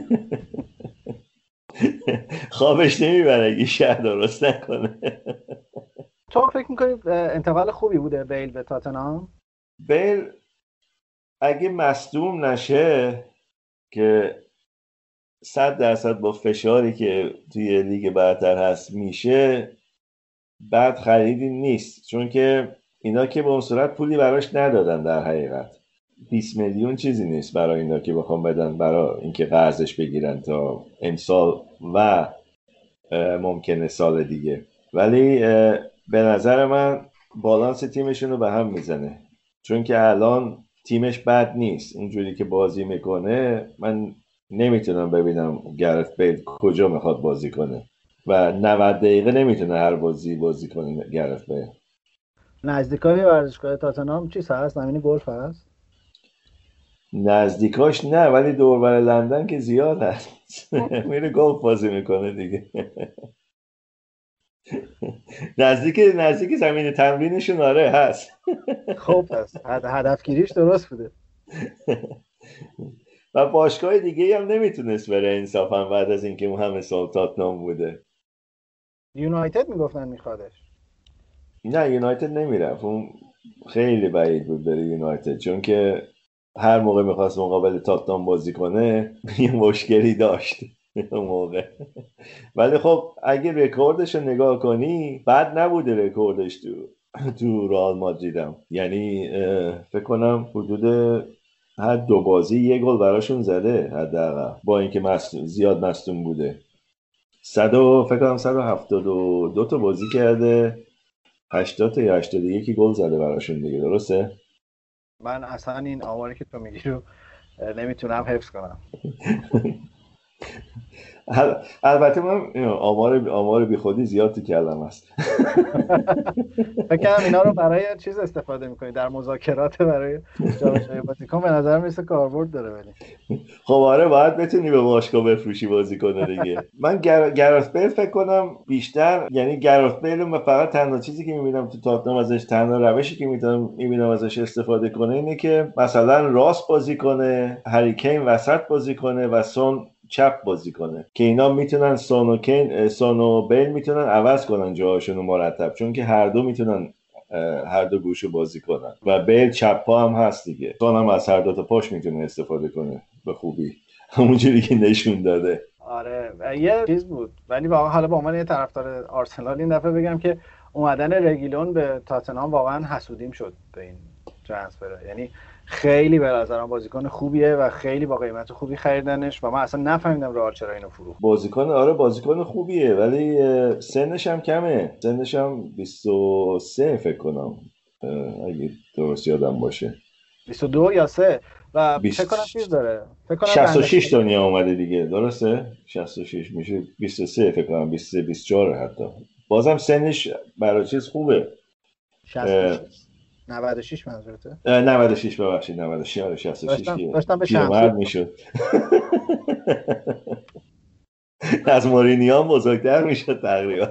A: خوابش نمیبره اگه شهر درست نکنه.
B: تو فکر میکنی انتقال خوبی بوده بیل به تاتنهام؟
A: بیل اگه مصدوم نشه که صد درصد با فشاری که توی لیگ برتر هست میشه، بعد خریدی نیست، چون که اینا که به اون صورت پولی براش ندادن. در حقیقت بیست میلیون چیزی نیست برای اینا که بخوام بدن برای اینکه قرضش بگیرن تا امسال و ممکنه سال دیگه. ولی به نظر من بالانس تیمشون رو به هم میزنه، چون که الان تیمش بد نیست. اونجوری که بازی میکنه من نمیتونم ببینم گرت بیل کجا میخواد بازی کنه و نود دقیقه نمیتونه هر بازی بازی کنه گرت بیل.
B: نزدیکای ورزشگاه تاتنهام چیز هست؟ زمین گلف هست؟
A: نزدیکاش نه، ولی دور بر لندن که زیاد هست. میره گلف بازی میکنه دیگه. نزدیک نزدیک زمین تمرینشون آره هست.
B: خوب هست، هدفگیریش درست بوده.
A: و باشگاه دیگه هم نمیتونست بره انصافا بعد از اینکه اون همه سال تاتنهام بوده.
B: یونایتد میگفتن میخوادش.
A: نه یونایتد نمیرفت، اون خیلی بعید بود بره یونایتد، چون که هر موقع میخواست مقابل تاتنهام بازی کنه یه مشکلی داشت اون موقع. ولی خب اگه رکوردش رو نگاه کنی بد نبوده رکوردش تو تو رئال مادریدم، یعنی فکر کنم حدود هر دو بازی یه گل براشون زده حداقل، با اینکه مصدوم زیاد مصدوم بوده. صد فکر کنم صد و هفتاد و دو تا بازی کرده، هشتاد تا یا هشتاد و یک گل زده براشون دیگه، درسته؟
B: من اصلا این آماری که تو میگی رو نمیتونم حفظ کنم.
A: البته من آمار آمار بی خودی زیاد تو کلم هست.
B: فکر کنم اینا رو برای چیز استفاده میکنی در مذاکرات برای جابجایی بازیکن، به نظر میاد کاربرد داره. ولی
A: خب آره باید بتونی به باشگاه بفروشی بازیکن دیگه. من گر... گرت بیل فکر کنم بیشتر، یعنی گرت بیل من فقط تنها چیزی که میبینم تو تاتنهام ازش، تنها روشی که میتونم میبینم ازش استفاده کنه اینه که مثلا راست بازی کنه، هری کین وسط بازی کنه و سون چپ بازی کنه، که اینا میتونن سون و کین سون و بیل میتونن عوض کنن جاهاشون رو مرتب، چون که هر دو میتونن هر دو گوشو بازی کنن و بیل چپ پا هم هست دیگه، سون هم از هر دو تا پاش میتونه استفاده کنه به خوبی، همونجوری که نشون داده.
B: آره یه چیز بود، ولی واقعا حالا با عنوان یه طرفدار آرسنال این دفعه بگم که اومدن رگیلون به تاتنهام واقعا حسودیم شد به این ترانسفر. یعنی خیلی به نظرم بازیکن خوبیه و خیلی با قیمت خوبی خریدنش و من اصلا نفهمیدم رئال چرا اینو فروخت.
A: بازیکن آره بازیکن خوبیه، ولی سنش هم کمه، سنش هم بیست و سه فکر کنم اگه درست یادم باشه،
B: بیست و دو یا سه و فکر کنم چیز داره، فکر کنم
A: شصت و شش دنیا اومده دیگه، درسته؟ شصت و شش میشه بیست و سه فکر کنم، بیست و سه بیست و چهار حتی، بازم سنش برای چیز خوبه.
B: شصت و شش نود و شش منظورته؟
A: نود و شش ببخشید نود و شش آره شصت و شش
B: داشتم به
A: پیرمرد میشد. از مورینیو بزرگتر میشد تقریبا.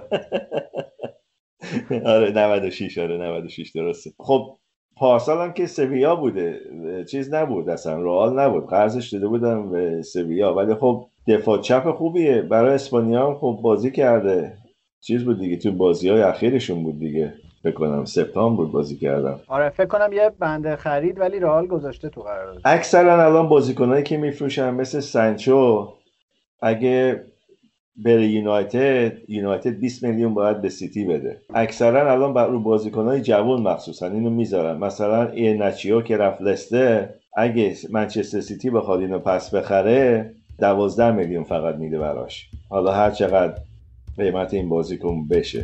A: آره نود و شش آره نود و شش درسته. خب پارسال هم که سویا بوده، چیز نبود اصلا، رئال نبود، قرضش داده بودن به سویا، ولی خب دفاع چپ خوبیه برای اسپانیا هم خب بازی کرده، چیز بود دیگه، تو بازی‌های اخیرشون بود دیگه، فکر کنم سپتامبر بود بازی کردم.
B: آره فکر کنم یه بنده خرید ولی رئال گذاشته تو قرارداد.
A: اکثرا الان بازیکنایی که میفروشن مثل سانچو اگه بره یونایتد، یونایتد بیست میلیون باید به سیتی بده. اکثرا الان بر رو بازیکنای جوان مخصوصا اینو میذارن، مثلا ایناچیو که رفت لستر، اگه منچستر سیتی بخواد اینو پس بخره دوازده میلیون فقط میده براش. حالا هر چقدر قیمت این بازیکن بشه.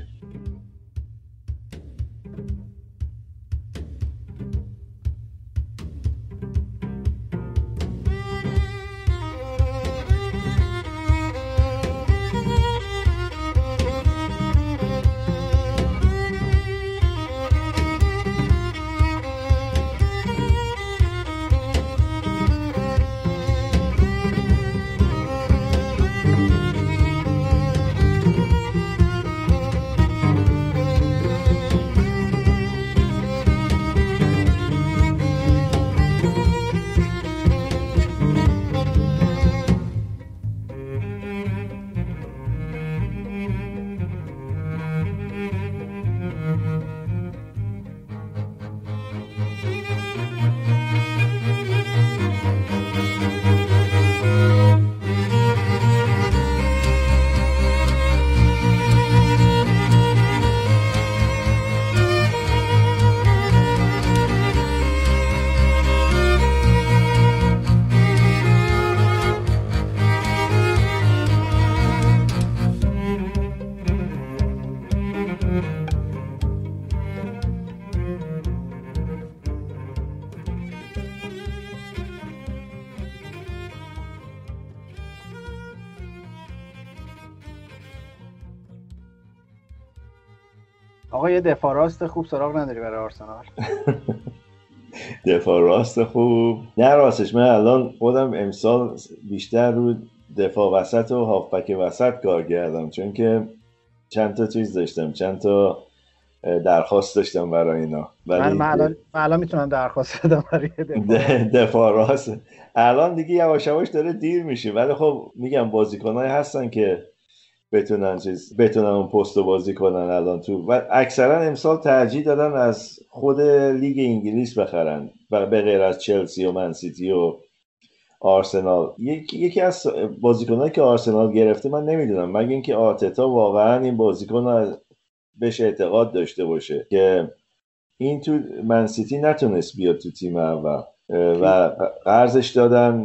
B: آقا یه دفاع راست خوب سراغ نداری برای آرسنال؟
A: دفاع راست خوب نه، راستش من الان خودم امسال بیشتر رو دفاع وسط و هافبک وسط کار کردم، چون که چند تا چیز داشتم، چند تا درخواست داشتم برای اینا.
B: من من الان من الان میتونم درخواست بدم برای
A: دفاع دفاع راست. الان دیگه یواش یواش داره دیر میشه، ولی خب میگم بازیکنایی هستن که بتونن چیز بتونن اون پستو بازی کنن الان تو، و اکثرا امسال ترجیح دادن از خود لیگ انگلیس بخرن و به غیر از چلسی و من سیتی و آرسنال. یکی یکی از بازیکنایی که آرسنال گرفته من نمیدونم، مگه اینکه آرتتا واقعا این بازیکن بهش اعتقاد داشته باشه که این تو من سیتی نتونست بیاد تو تیم اول و قرضش دادن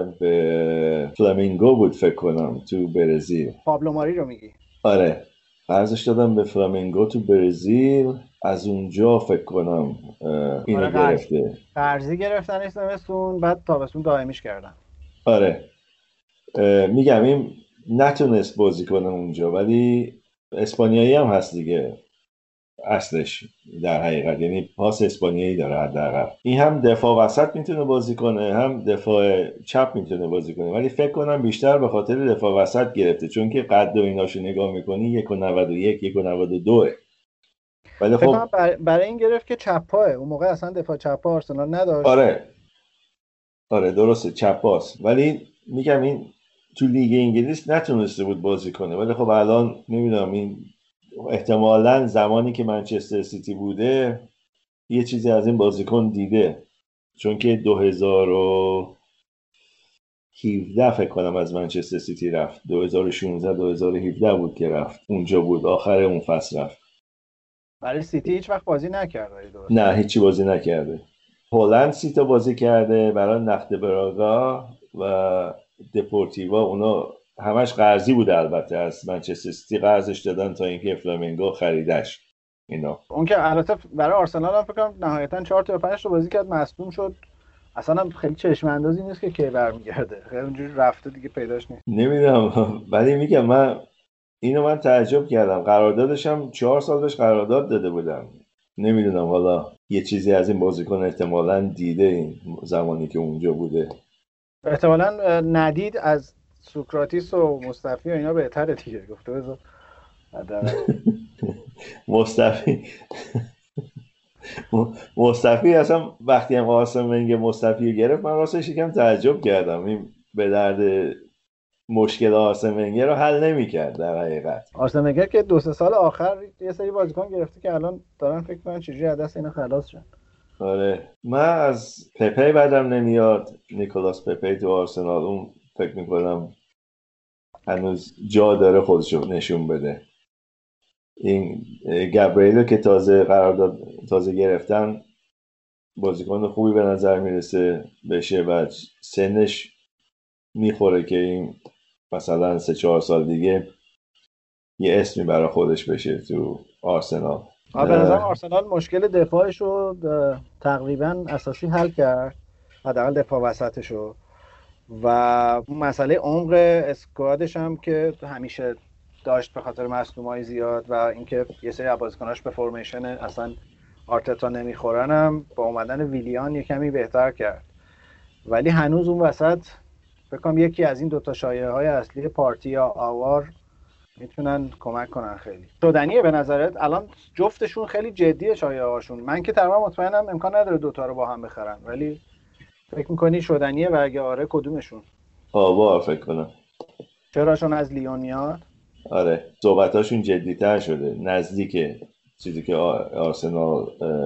A: به فلامینگو بود فکر کنم تو برزیل.
B: پابلو ماری رو میگی؟
A: آره قرضش دادن به فلامینگو تو برزیل، از اونجا فکر کنم اینو آره گرفته.
B: قرضی گرفتن استمستون، بعد تابستون دائمیش کردن.
A: آره میگم این نتونست بازی کنه اونجا، ولی اسپانیایی هم هست دیگه اصلش در حقیقت، یعنی پاس اسپانیایی داره حداقل. این هم دفاع وسط میتونه بازی کنه، هم دفاع چپ میتونه بازی کنه، ولی فکر کنم بیشتر به خاطر دفاع وسط گرفته، چون که قد و ایناشو نگاه میکنی یک و نود و یک یک و نود و دو.
B: ولی خب برای, برای این گرفت که چپ پاه، اون موقع اصلا دفاع چپ پا آرسنال نداشت.
A: آره آره درسته چپ پاست، ولی میگم این تو لیگ انگلیس نتونسته بود بازی کنه، ولی خب الان نمیدونم این احتمالاً زمانی که منچستر سیتی بوده یه چیزی از این بازیکن دیده، چون که دو هزار و هفده فکر کنم از منچستر سیتی رفت، دو هزار و شانزده دو هزار و هفده بود که رفت، اونجا بود آخر اون فصل رفت.
B: برای سیتی هیچ وقت بازی نکرده؟
A: نه هیچی بازی نکرده. هلند سی تا بازی کرده برای نخت براگا و دپورتیوا، اونا همش قرضی بود، البته از منچستر سیتی قرضش دادن تا اینکه فلامینگو خریدش اینا.
B: اون که البته برای آرسنال هم فکر کنم نهایتا چهار تا پنج تا بازی کرد مصدوم شد، اصلا خیلی چشم اندازی نیست که کی برمیگرده، خیلی اونجوری رفته دیگه پیداش نیست.
A: نمیدونم ولی میگم من اینو من تعجب کردم، قراردادش هم چهار سال بهش قرارداد داده بودن. نمیدونم حالا یه چیزی از این بازیکن احتمالاً دیده این زمانی که اونجا بوده،
B: احتمالاً ندید از سوکراتیس و مصطفی و اینا بهتره دیگه، گفته بذار
A: مصطفی مصطفی اصلا وقتی هم آرسن ونگر مصطفی گرفت من راستش یکم تعجب کردم، این به درد مشکل آرسن ونگر رو حل نمی‌کرد در حقیقت.
B: آرسن ونگر که دو سه سال آخر یه سری بازیکن گرفته که الان دارن فکر کنن چجوری از دست اینا خلاص شدن.
A: آره من از پپی بعدم نمیاد، نیکولاس پپی تو آرسنال، اون فکر میکنم هنوز جا داره خودشو نشون بده. این گابریلو که تازه قرارداد تازه گرفتن بازیکن خوبی به نظر میرسه بشه و سنش میخوره که این مثلا سه چهار سال دیگه یه اسمی برای خودش بشه تو آرسنال.
B: به نظرم آرسنال مشکل دفاعش رو تقریبا اساسی حل کرد، حداقل دفاع وسطش رو، و مسئله عمق اسکوادش هم که همیشه داشت به خاطر مصدومای زیاد و اینکه یه سری بازیکناش به فرمیشن اصلا آرتتا نمیخورن هم با اومدن ویلیان یه کمی بهتر کرد. ولی هنوز اون وسط بکنم یکی از این دوتا شایعه های اصلی پارتی یا آوار میتونن کمک کنن. خیلی شدنیه به نظرت الان جفتشون؟ خیلی جدیه شایعه هاشون. من که تقریبا مطمئنم امکان نداره دوتا رو با هم بخرن، ولی فکر میکنی شدنیه و اگه آره کدومشون؟
A: آوار فکر کنم.
B: چرا؟ چون از لیون میاد؟
A: آره صحبتاشون جدی‌تر شده، نزدیک چیزی که آرسنال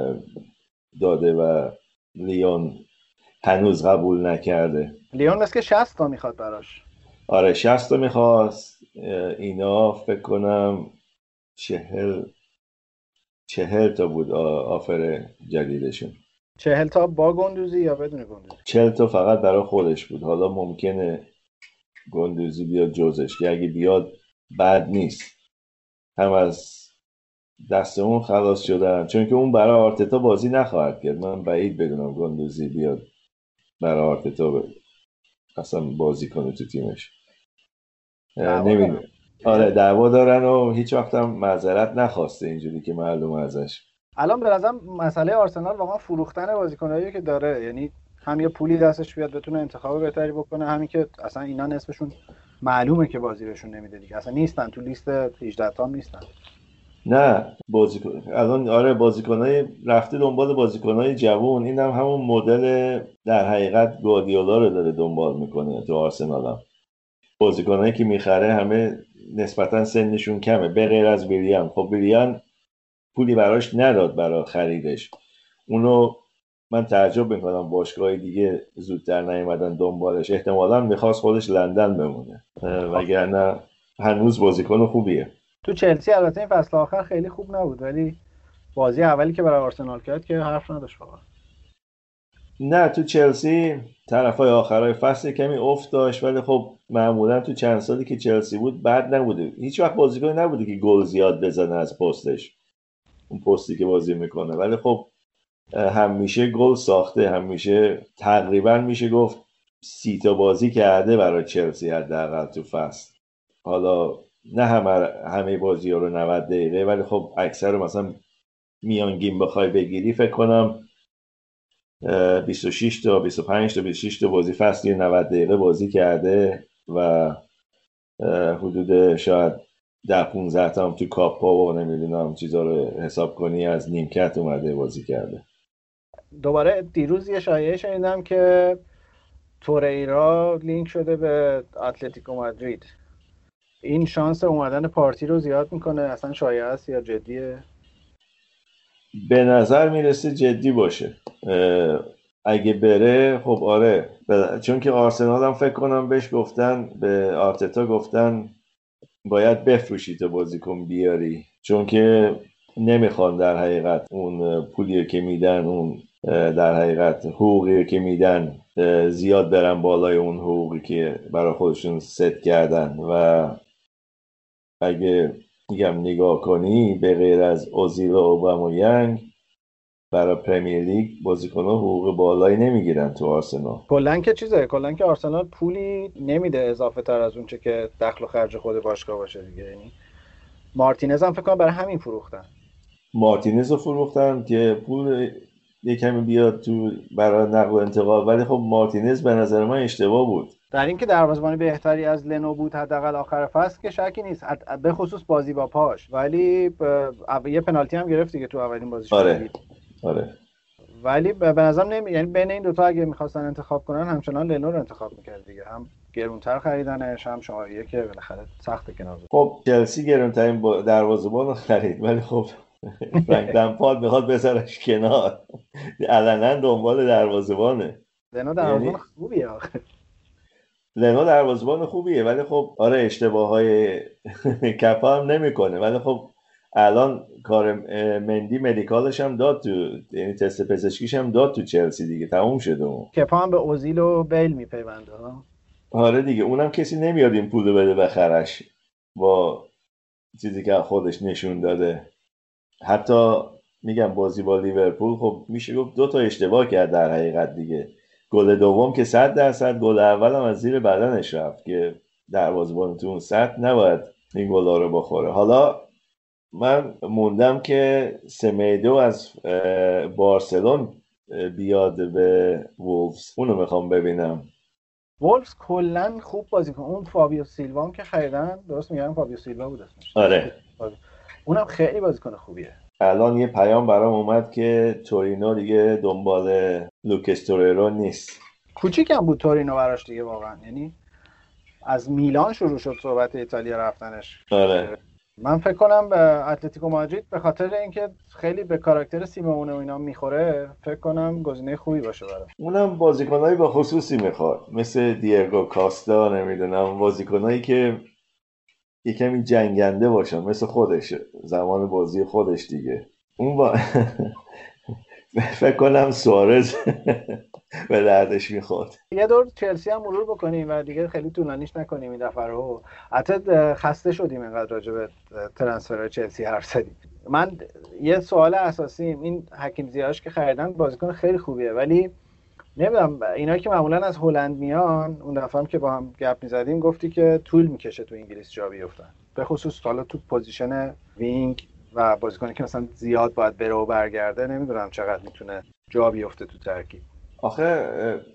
A: داده و لیون هنوز قبول نکرده.
B: لیون مثل که شصت تا میخواد براش.
A: آره شصت تا میخواست، اینا فکر کنم چهل چهل تا بود آفر جدیدشون.
B: چهل تا با گندوزی یا بدون گندوزی؟
A: چهل تا فقط برای خودش بود. حالا ممکنه گندوزی بیاد جزش که اگه بیاد بد نیست، هم از دست اون خلاص شدن، چون که اون برای آرتتا بازی نخواهد کرد. من بعید بدونم گندوزی بیاد برای آرتتا ب... اصلا بازی کنه تو تیمش. نمیدونم. آره دعوا دارن و هیچ وقت هم معذرت نخواسته اینجوری که معلومه ازش.
B: الان به نظرم مسئله آرسنال واقعا فروختن بازیکنایی که داره، یعنی هم یه پولی دستش بیاد بتونه انتخاب بهتری بکنه، همین که اصلا اینا نصفشون معلومه که بازی بهشون نمیده دیگه، اصلا نیستن تو لیست هجده تا نیستن.
A: نه بازیکن الان آره بازیکنای رفته دنبال بازیکنای جوان. اینم هم همون مدل در حقیقت گواردیولا رو داره دنبال میکنه تو آرسنال. هم بازیکنایی که میخره همه نسبتا سنشون کمه به غیر از ویلیان. خب ویلیان پولی براش نداد برای خریدش، اونو من تعجب میکنم باشگاه دیگه زودتر نیومدن دنبالش. احتمالاً میخواست خودش لندن بمونه، وگرنه هنوز بازیکن خوبیه.
B: تو چلسی البته این فصل آخر خیلی خوب نبود، ولی بازی اولی که برای آرسنال کرد که حرف نداشت واقعا.
A: نه تو چلسی طرفای آخرای فصل کمی افت داشت، ولی خب معمولا تو چند سالی که چلسی بود بد نبوده. هیچ وقت بازیکن نبوده که گل زیاد بزنه از پستش، اون پستی که بازی میکنه، ولی خب همیشه گل ساخته، همیشه تقریبا میشه گفت سی تا بازی کرده برای چلسی حداقل تو فصل. حالا نه همه همه بازی ها رو نود دقیقه، ولی خب اکثر مثلا میانگین بخوای بگیری فکر کنم بیست و شش تا بیست و پنج تا بیست و شش تا بازی فصلی نود دقیقه بازی کرده و حدود شاید ده پونزده تا هم تو کاپا و نمیدونم چیزا رو حساب کنی از نیمکت اومده بازی کرده.
B: دوباره دیروز یه شایعه شنیدم که توریرا لینک شده به اتلتیکو مادرید. این شانس اومدن پارتی رو زیاد میکنه؟ اصلا شایعه است یا جدیه؟
A: به نظر میرسه جدی باشه. اگه بره خب آره، چون که آرسنال هم فکر کنم بهش گفتن، به آرتتا گفتن باید بفروشی تا بازیکن بیاری، چون که نمیخوان در حقیقت اون پولی که میدن، اون در حقیقت حقوقی که میدن زیاد برن بالای اون حقوقی که برای خودشون ست کردن. و اگه میگم نگاه کنی به غیر از اوزیل و اوبامیانگ برای پرمیر لیگ بازیکن‌ها حقوق بالایی نمیگیرن تو آرسنال.
B: کلاً که چیزه، کلاً که آرسنال پولی نمیده اضافه تر از اون چه که دخل و خرج خود باشگاه باشه دیگه. یعنی مارتینز هم فکر کنم برای همین فروختن.
A: مارتینز رو فروختن که پول یه کمی بیاد تو برای نقل و انتقال، ولی خب مارتینز به نظر من اشتباه بود.
B: در این که دروازه‌بان بهتری از لنو بود حداقل آخر فصل که شکی نیست، به خصوص بازی با پاش، ولی ب... یه پنالتی هم گرفت دیگه تو اولین بازیش.
A: آره آره.
B: ولی به نظرم نمی، یعنی بین این دو تا اگه می‌خواستن انتخاب کنن همچنان لنو رو انتخاب می‌کرد دیگه. هم گرونتر خریدنش، هم شماریه که بالاخره سخته کنار.
A: خب چلسی گرونترین دروازه‌بان رو خرید، ولی خب فرانک لمپارد میخواد بذارش کنار، علنا دنبال دروازه‌بانه.
B: لنو دروازه‌بان خوبیه آخه.
A: لنو دروازه‌بان خوبیه، ولی خب آره اشتباههای کپا هم نمیکنه، ولی خب الان کار مندی مدیکالش هم داد تو، یعنی تست پزشکیش هم داد تو چلسی دیگه، تموم شده اون.
B: کپا هم به اوزیل و بیل میپیونده ها.
A: آره دیگه، اونم کسی نمیاد این پولو بده بخرش با چیزی که خودش نشون داده. حتی میگم بازی با لیورپول خب میشه گفت دو تا اشتباه کرد در حقیقت دیگه. گل دوم که صد درصد، گل اول هم از زیر بدنش رفت که دروازه‌بان تو اون سطح نباید این گلا رو بخوره. حالا من موندم که سمیدو از بارسلون بیاد به وولفز، اونو میخوام ببینم.
B: وولفز کلا خوب بازی کنه. اون فابیو سیلوا هم که خریدن، درست میگم فابیو سیلوا بود اسمش؟
A: آره
B: اونم خیلی بازیکن خوبیه.
A: الان یه پیام برام اومد که تورینو دیگه دنبال لوکس توریرو نیست.
B: کوچیکم بود تورینو براش دیگه واقعا، یعنی از میلان شروع شد صحبت ایتالیا رفتنش.
A: آره
B: من فکر کنم به اتلتیکو مادرید به خاطر اینکه خیلی به کاراکتر سیمونه و اینا میخوره، فکر کنم گزینه خوبی باشه براش.
A: اونم بازیکنایی با خصوصی میخواد، مثل دیگو کاستا، نمیدونم بازیکنایی که یه کمی جنگنده باشن مثل خودش، زمان بازی خودش دیگه. اون با فکر کنم سوارز به دردش میخواد.
B: یه دور چلسی هم مرور بکنیم و دیگه خیلی طولانیش نکنیم این دفعه رو. حتی خسته شدیم اینقدر راجع به ترنسفر چلسی حرف زدیم. من یه سوال اساسیم این حکیم زیاش که خریدن بازیکن خیلی خوبیه، ولی نمیدونم اینا که معمولا از هلند میان، اون دفعه هم که با هم گپ میزدیم گفتی که طول میکشه تو انگلیس جا بیفتن، به خصوص حالا تو پوزیشن وینگ و بازیکنی که مثلا زیاد باید بره و برگرده، نمیدونم چقدر میتونه جا بیفته تو ترکیب.
A: آخه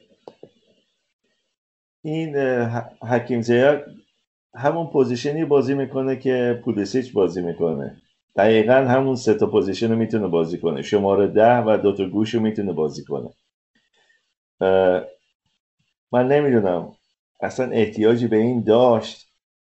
A: این حکیم زیاد همون پوزیشنی بازی میکنه که پولیسیچ بازی میکنه، دقیقا همون سه تا پوزیشن رو میتونه بازی کنه، شماره ده و دو تا گوش رو میتونه بازی کنه. من نمیدونم اصلا احتیاجی به این داشت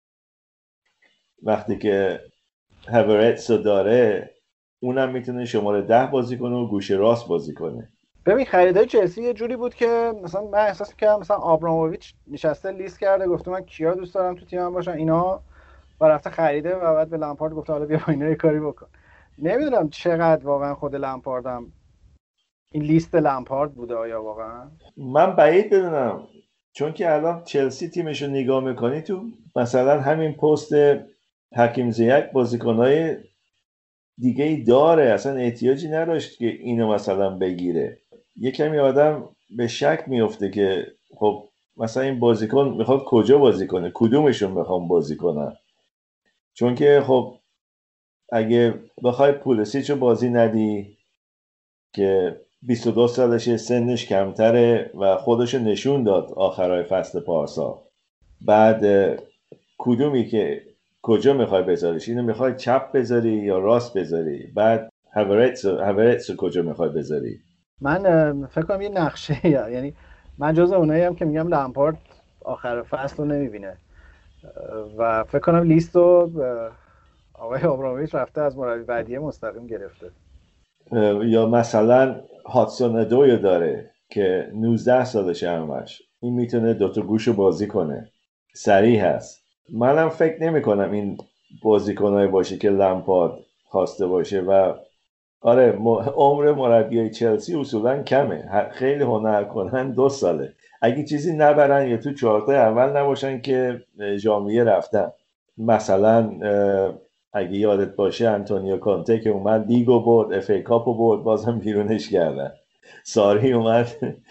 A: وقتی که هاورتس رو داره، اونم میتونه شماره ده بازی کنه و گوش راست بازی کنه.
B: ببین خریدای چلسی یه جوری بود که مثلا من احساس می‌کردم مثلا آبراموویچ نشسته لیست کرده گفته من کیا دوست دارم تو تیمم باشن اینا و رفته خریده و بعد به لمپارد گفته حالا بیا با اینا یه کاری بکن. نمیدونم چقدر واقعا خود لمپاردم این لیست لمپارد بوده آیا واقعا؟
A: من بعید بدونم، چون که الان چلسی تیمش رو نگاه میکنی تو مثلا همین پست حکیم زیک بازیکنهای دیگه ای داره، اصلا احتیاجی نداشت که اینو مثلا بگیره. یه کمی آدم به شک میفته که خب مثلا این بازیکن میخواد کجا بازی کنه، کدومشون میخوام بازی کنن، چون که خب اگه بخوای پولیسیچ رو بازی ندی که بیست و دو سالشه، سنش کمتره و خودشو نشون داد آخرای فصل پارسا، بعد کدومی که کجا میخوای بذاریش، اینو میخوای چپ بذاری یا راست بذاری، بعد هاورتس هاورتس کجا میخوای بذاری.
B: من فکر کنم یه نقشه، یعنی من جزء اونایی هم که میگم لمپارد آخر فصل رو نمیبینه و فکر کنم لیست رو آقای آبراموویچ رفته از مربی بعدیه مستقیم گرفته.
A: یا مثلا هاتسون ادویو داره که نوزده سالشه همش، این میتونه دوتا گوشو بازی کنه، سریع هست. منم فکر نمی کنم این بازیکنای باشه که لمپارد خواسته باشه و آره عمر مربیای چلسی اصولا کمه، خیلی هنر کنن دو ساله، اگه چیزی نبرن یا تو چهارتا اول نباشن که ژانویه رفتن. مثلا اگه یادت باشه انتونیو کانته که اومد لیگو برد، اف ای کاپو برد، بازم بیرونش کردن. ساری اومد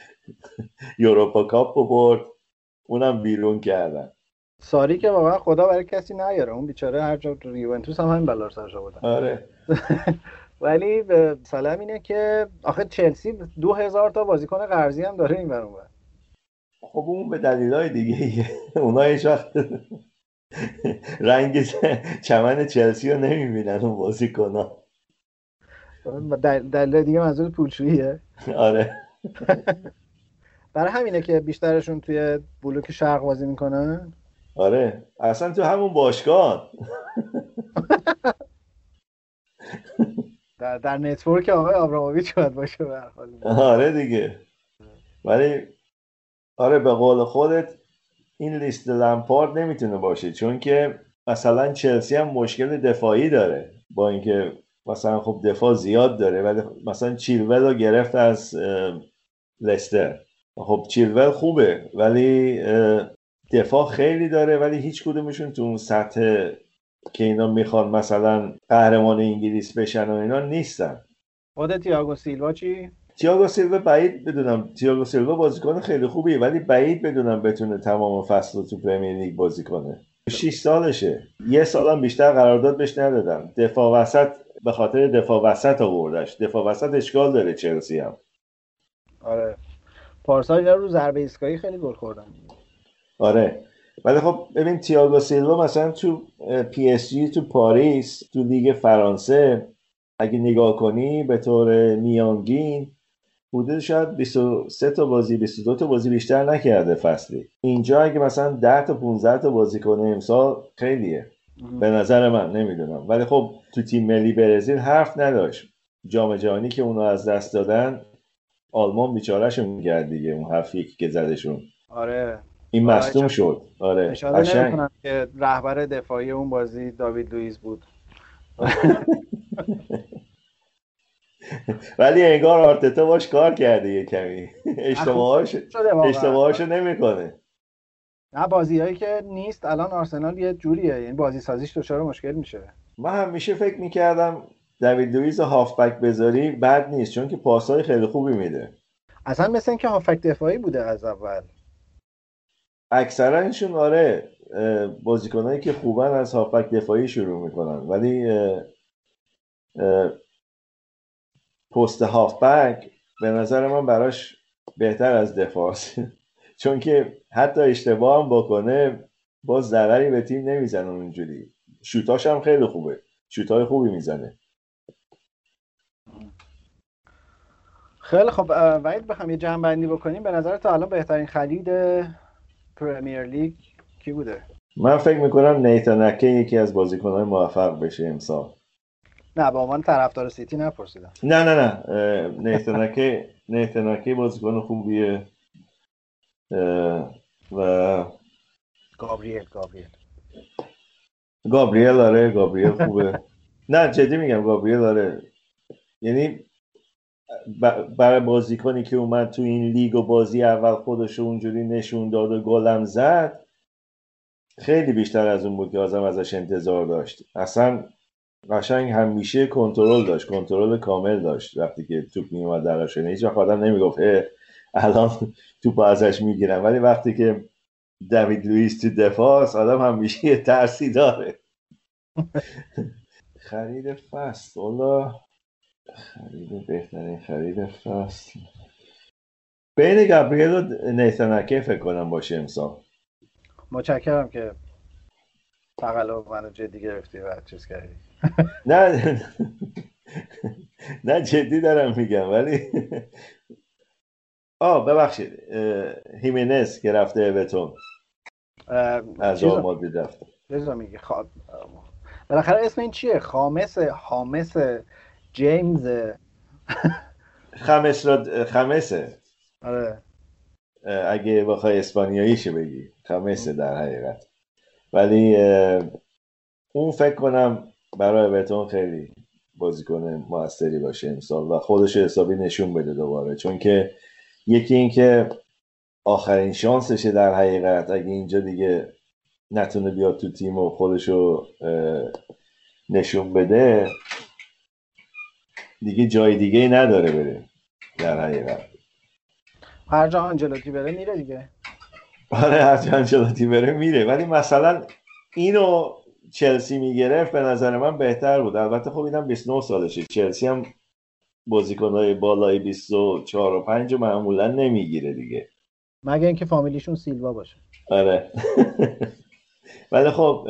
A: یوروپا کاپو برد، اونم بیرون کردن.
B: ساری که واقعا خدا برای کسی نیاره، اون بیچاره هر جا تو یوونتوس هم همین بلا سرش آوردن.
A: آره
B: ولی سلام اینه که آخه چلسی دو هزار تا بازیکن قرضی هم داره این برون بر.
A: خب اون به دلیلای دیگه اونا هیچ وقت رنگ چمن چلسی رو نمیبینن اون بازیکن‌ها.
B: دلیل دیگه منظور پولشوییه.
A: آره
B: برای همینه که بیشترشون توی بلوک شرق بازی میکنن.
A: آره اصلا تو همون باشگاه
B: در در نتورک آقای آبراموویچ باید باشه به هر حال.
A: آره دیگه. ولی آره به قول خودت این لیست لمپارد نمیتونه باشه، چون که مثلا چلسی هم مشکل دفاعی داره، با اینکه مثلا خب دفاع زیاد داره، ولی مثلا چیلول رو گرفت از لستر. خب چیلول خوبه ولی دفاع خیلی داره ولی هیچ کدومشون تو اون سطح که اینا میخوان مثلا قهرمان انگلیس بشن و اینا نیستن.
B: خود تییاگو سیلوا چی؟
A: تییاگو سیلوا بعید بدونم، تییاگو سیلوا بازیکن خیلی خوبیه ولی بعید بدونم بتونه تمام فصل رو تو پرمیر لیگ بازی کنه. شش سالشه، یه سالم بیشتر قرارداد بهش ندادم. دفاع وسط به خاطر دفاع وسط آوردش. دفاع وسط اشکال داره چلسی هم.
B: آره پارسال اینا رو ضربه ایستگاهی خیلی گل خوردن.
A: آره ولی خب ببین تییاگو سیلوا مثلا تو پی اس جی تو پاریس تو لیگ فرانسه اگه نگاه کنی به طور میانگین حدود شاید بیست و سه تا بازی بیست و دو تا بازی بیشتر نکرده فصلی. اینجا اگه مثلا ده تا پانزده تا بازی کنه امسال خیلیه به نظر من، نمیدونم. ولی خب تو تیم ملی برزیل حرف نداشت. جام جهانی که اونو از دست دادن آلمان بیچارهشون می‌کرد دیگه، اون حرفی که زدشون.
B: آره
A: این مصدوم شد. آره
B: اشاره نمی‌کنم که رهبر دفاعی اون بازی داوید لوئیس بود.
A: ولی انگار آرتتا باش کار کرده یه کمی. اشتباهاش اشتباهاشو نمیکنه.
B: نه بازیایی که نیست الان آرسنال یه جوریه، یعنی بازی سازیش دچار مشکل میشه.
A: من همیشه فکر میکردم دوید لوئیس هافبک بذاری بد نیست چون که پاسای خیلی خوبی میده.
B: اصلا مثل اینکه هافبک دفاعی بوده از اول.
A: اکثرا آره بازیکنایی که خوبن از هافبک دفاعی شروع میکنن ولی اه اه پست هافبک به نظر من براش بهتر از دفاع چون که حتی اشتباه هم بکنه باز ضرری به تیم نمیزنه اونجوری. شوتاش هم خیلی خوبه، شوتای خوبی میزنه.
B: خیلی خب وحید بخوام یه جمع بندی بکنیم به نظر تا الان بهترین خرید پرمیر لیگ کی بوده؟
A: من فکر میکنم نیتان اکه یکی از بازیکن‌های موفق بشه امسال.
B: نه با من طرفدار سیتی نپرسیدم.
A: نه نه نه نیتان اکه نیتان اکه بازیکن خوبیه و
B: گابریل گابریل
A: گابریل آره گابریل خوبه. نه جدی میگم گابریل آره، یعنی برای بازیکنی که اومد تو این لیگ و بازی اول خودش اونجوری نشون داد و گلم زد خیلی بیشتر از اون بود که آدم ازش انتظار داشت. اصلا قشنگ همیشه کنترل داشت، کنترل کامل داشت وقتی که توپ میومد دراش. هیچ وقت آدم نمیگفت الان توپ ازش میگیرم، ولی وقتی که دوید لوئیس تو دفاع آدم همیشه یه ترسی داره. خرید فصل والا خرید بهترین خرید فصل بین گابریل و نیتان اکه فکر کنم باشه امسال.
B: متشکرم که تقلب منو جدی گرفتی و چیز کردی.
A: نه نه جدی دارم میگم ولی آه ببخشید هیمنز که رفته اورتون از آل مادرید رفته.
B: چیزا میگه خب بالاخره اسم این چیه؟ خامس حامس جیمز
A: خمس را خمسه.
B: آره
A: اگه بخوای اسپانیاییشه بگی خمسه در حقیقت. ولی اون فکر کنم برای اورتون خیلی بازیکن موثری باشه امسال و خودش حسابی نشون بده دوباره، چون که یکی این که آخرین شانسشه در حقیقت. اگه اینجا دیگه نتونه بیاد تو تیم و خودشو نشون بده دیگه جای دیگه ای نداره بره در حقیقت.
B: هر جا آنجلوتی بره میره دیگه.
A: آره هر جا آنجلوتی بره میره، ولی مثلا اینو چلسی میگرفت به نظر من بهتر بود. البته خب اینم بیست و نه سالشه، چلسی هم بازیکن‌های بالای بیست و چهار و پنج معمولا نمیگیره دیگه
B: مگه اینکه فامیلیشون سیلوا باشه.
A: آره ولی خب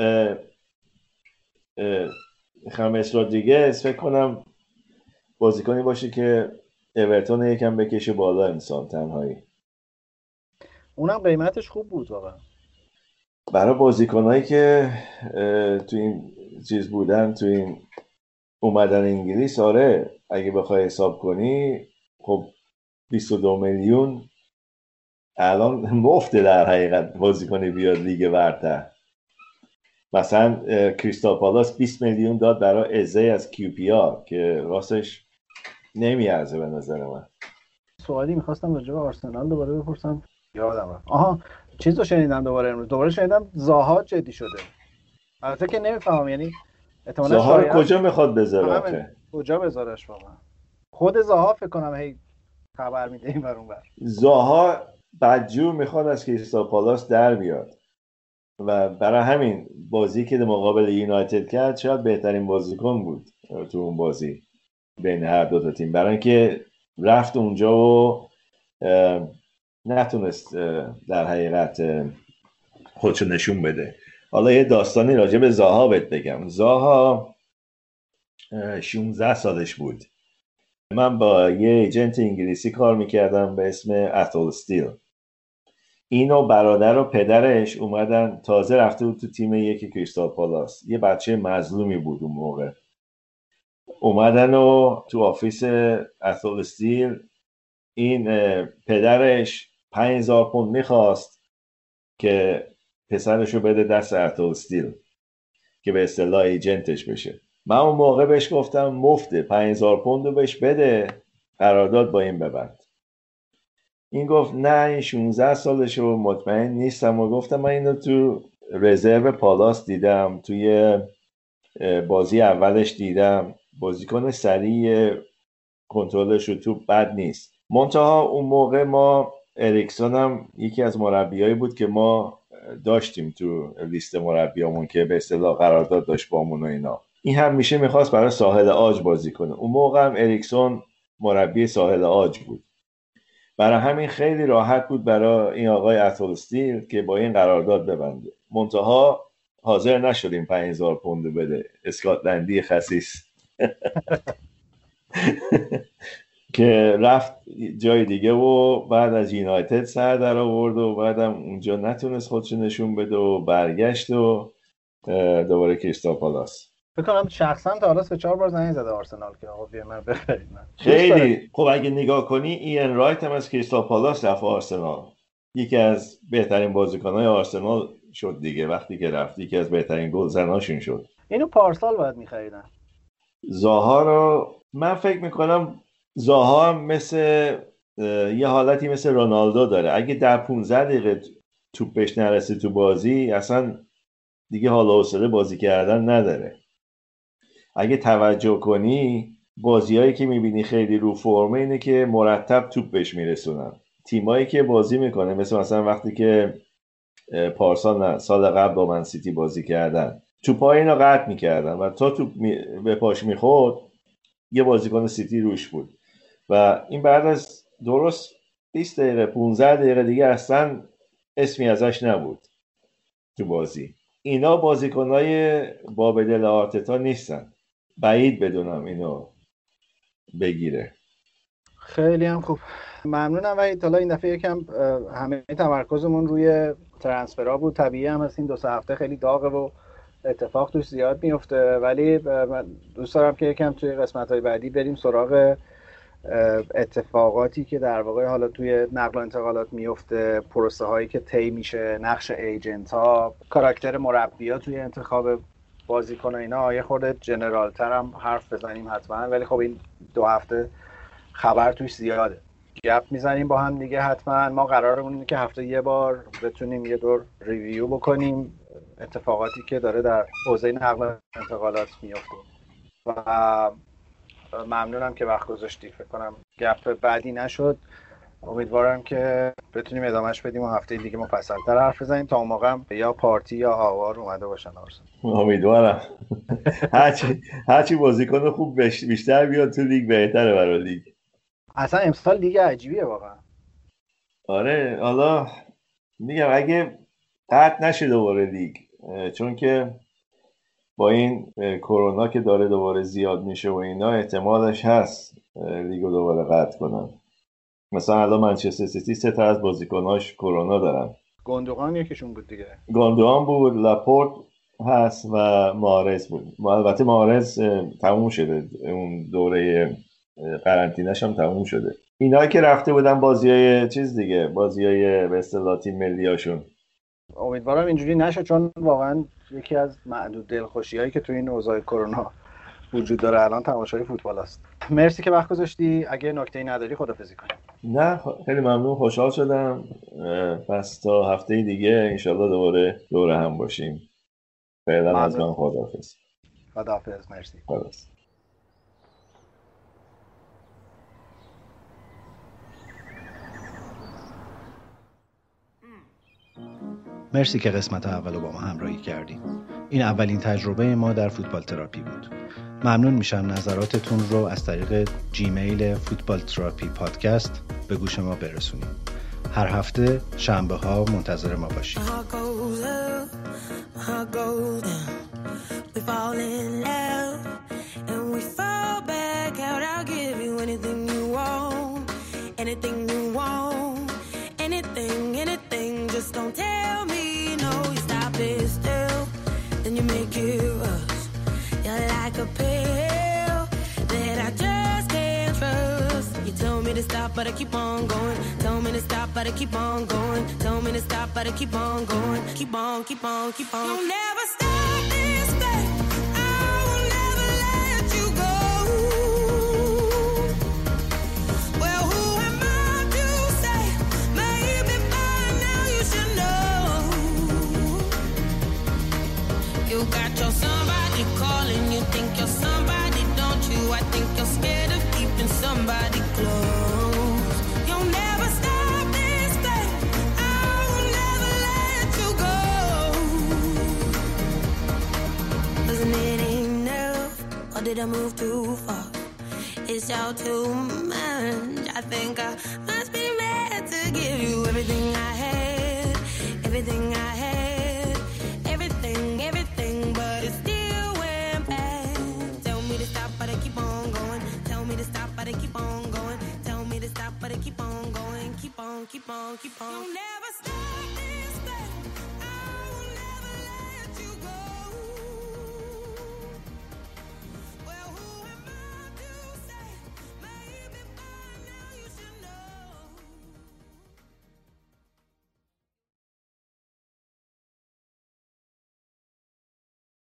A: خامس رودریگز فکر کنم بازیکنی باشه که اورتون یکم بکشه بالا امسال تنهایی.
B: اونم قیمتش خوب بود واقعا
A: برای بازیکنایی که تو این چیز بودن، تو این اومدن انگلیس. آره اگه بخوای حساب کنی خب بیست و دو میلیون الان مفته در حقیقت بازیکن بیاد لیگ برتر. مثلا کریستال پالاس بیست میلیون داد برای ازه از کیو پی آر که راستش نمیارزه به نظر من.
B: سوالی میخواستم راجع به آرسنال دوباره بپرسم یادم رفت. آها چیز رو شنیدم دوباره امروز دوباره شنیدم زاها جدی شده. البته که نمیفهمم، یعنی احتمالاً
A: زاها رو
B: شاید
A: کجا میخواد بذاره آخه؟
B: کجا بذارش واقعا؟ خود زاها فکر کنم هی خبر میده این ور اون ور.
A: زاها بدجور میخواد از کریستال پالاس در بیاد و برای همین بازی که مقابل یونایتد کرد شاید بهترین بازیکن بود تو اون بازی بین هر دو تا تیم، برای اینکه رفت اونجا و نتونست در حقیقت خودشو نشون بده. حالا یه داستانی راجع به زاها بهت بگم. زاها شانزده سالش بود. من با یه ایجنت انگلیسی کار میکردم به اسم اتل استیل. اینو برادر و پدرش اومدن، تازه رفته بود تو تیم یکی کریستال پالاس، یه بچه مظلومی بود اون موقع. اومدن و تو آفیس اتل استیل این پدرش پنج هزار پوند میخواست که پسرشو بده دست اتل استیل که به اصطلاح ایجنتش بشه. من اون موقع بهش گفتم مفته، پنج هزار پوند رو بهش بده، قرارداد با این ببند. این گفت نه این شانزده سالشو مطمئن نیستم و گفتم من اینو تو رزرو پالاس دیدم، توی بازی اولش دیدم، بازیکن سریع، کنترلش رو تو بد نیست. منتها اون موقع ما اریکسون هم یکی از مربیایی بود که ما داشتیم تو لیست مربیامون که به اصطلاح قرارداد داشت بامون و اینا. این هم میشه میخواست برای ساحل عاج بازی کنه. اون موقع هم اریکسون مربی ساحل عاج بود، برای همین خیلی راحت بود برای این آقای اتل استیل که با این قرارداد ببنده. منتها حاضر نشدیم پنج هزار پوند بده، اسکاتلندی خسیس که رفت جای دیگه و بعد از یونایتد سر در آورد و بعدم اونجا نتونست خودشو نشون بده و برگشت و دوباره کریستال پالاس.
B: فکر کنم شخصا تا حالا سه چهار بار زنگ زده آرسنال که آقا بیا من بخرید. من
A: خیلی خب اگه نگاه کنی این رایت هم از کریستال پالاس رفت آرسنال، یکی از بهترین بازیکن‌های آرسنال شد دیگه وقتی که رفت، یکی از بهترین گلزناشون شد.
B: اینو پارسال باید می‌خریدن.
A: زاها رو من فکر میکنم زاها هم مثل یه حالتی مثل رونالدو داره، اگه در پانزده دقیقه توپش نرسه تو بازی اصلا دیگه حال و حوصله بازی کردن نداره. اگه توجه کنی بازیایی که میبینی خیلی رو فرمه اینه که مرتب توپ بهش میرسونن. تیمایی که بازی میکنه مثل مثلا وقتی که پارسال نه سال قبل با من سیتی بازی کردن، توپای اینو قطع میکردن و تا توپ می... به پاش میخورد یه بازیکن سیتی روش بود و این بعد از درست بیست دقیقه پانزده دقیقه دیگه اصلا اسمی ازش نبود تو بازی. اینا بازیکنای بابدل آرتتا نیستن، بعید بدونم اینو بگیره.
B: خیلی هم خوب، ممنونم. ولی حالا این دفعه یکم همه تمرکزمون روی ترانسفرها بود. طبیعی هم هست این دو سه هفته خیلی داغه و اتفاق توش زیاد میفته، ولی من دوست دارم که یکم توی قسمت‌های بعدی بریم سراغ اتفاقاتی که در واقع حالا توی نقل و انتقالات میفته، پروسه هایی که طی میشه، نقش ایجنت ها، کاراکتر مربی‌ها توی انتخاب بازیکن و اینا. یه خورده جنرال تر هم حرف بزنیم حتما، ولی خب این دو هفته خبر توش زیاده، گپ میزنیم با هم دیگه حتما. ما قرارمون اینه که هفته یه بار بتونیم یه دور ریویو بکنیم اتفاقاتی که داره در حوزه نقل و انتقالات میفته و ممنونم که وقت گذاشتی. فکر کنم گپ بعدی نشد، امیدوارم که بتونیم ادامهش بدیم و هفته دیگه مفصل‌تر حرف بزنیم. تا اون موقع هم یا پارتی یا آوار اومده باشن آرسنال.
A: امیدوارم هرچی هرچی بازیکن خوب بیشتر بیاد تو لیگ بهتره برای لیگ.
B: اصلا امسال لیگ عجیبیه واقعا.
A: آره حالا میگم اگه قطع نشه دوباره لیگ، چون که با این کرونا که داره دوباره زیاد میشه و اینا احتمالش هست لیگو دوباره قطع کنن. مثلا الان منچستر سیتی سه تا از بازیکناش کرونا دارن.
B: گوندوغان یکیشون بود دیگه.
A: گوندوغان بود، لاپورت هست و مارز بود. البته مارز تموم شده، اون دوره قرنطینه‌ش هم تموم شده. اینا که رفته بودن بازیای چیز دیگه، بازیای به اصطلاح تیم ملیاشون.
B: امیدوارم اینجوری نشه، چون واقعا یکی از معدود دلخوشی‌هایی که تو این اوضاع کرونا وجود داره الان تماشای فوتبال است. مرسی که وقت گذاشتی. اگه نکته‌ای نداری خدافظی کنیم.
A: نه خیلی ممنون، خوشحال شدم. پس تا هفته دیگه انشالله دوباره دور هم باشیم. فعلا از من خداحافظ.
B: خداحافظ. مرسی.
A: خداحافظ.
D: مرسی که قسمت اول رو با ما همراهی کردیم. این اولین تجربه ما در فوتبال تراپی بود. ممنون میشم نظراتتون رو از طریق جیمیل فوتبال تراپی پادکست به گوش ما برسونید. هر هفته شنبه ها منتظر ما باشید.
E: But I keep on going. Tell me to stop, but I keep on going. Tell me to stop, but I keep on going. Keep on, keep on, keep on. You'll never stop this thing. I will never let you go. Well, who am I to say? Maybe by now you should know. You got your somebody calling. You think you're somebody, don't you? I think you're scared of keeping somebody close. Did I move too far? It's all too much. I think I must be mad to give you everything I had, everything I had, everything, everything, but it still went bad. Tell me to stop, but I keep on going. Tell me to stop, but I keep on going. Tell me to stop, but I keep on going. Keep on, keep on, keep on. You'll never stop.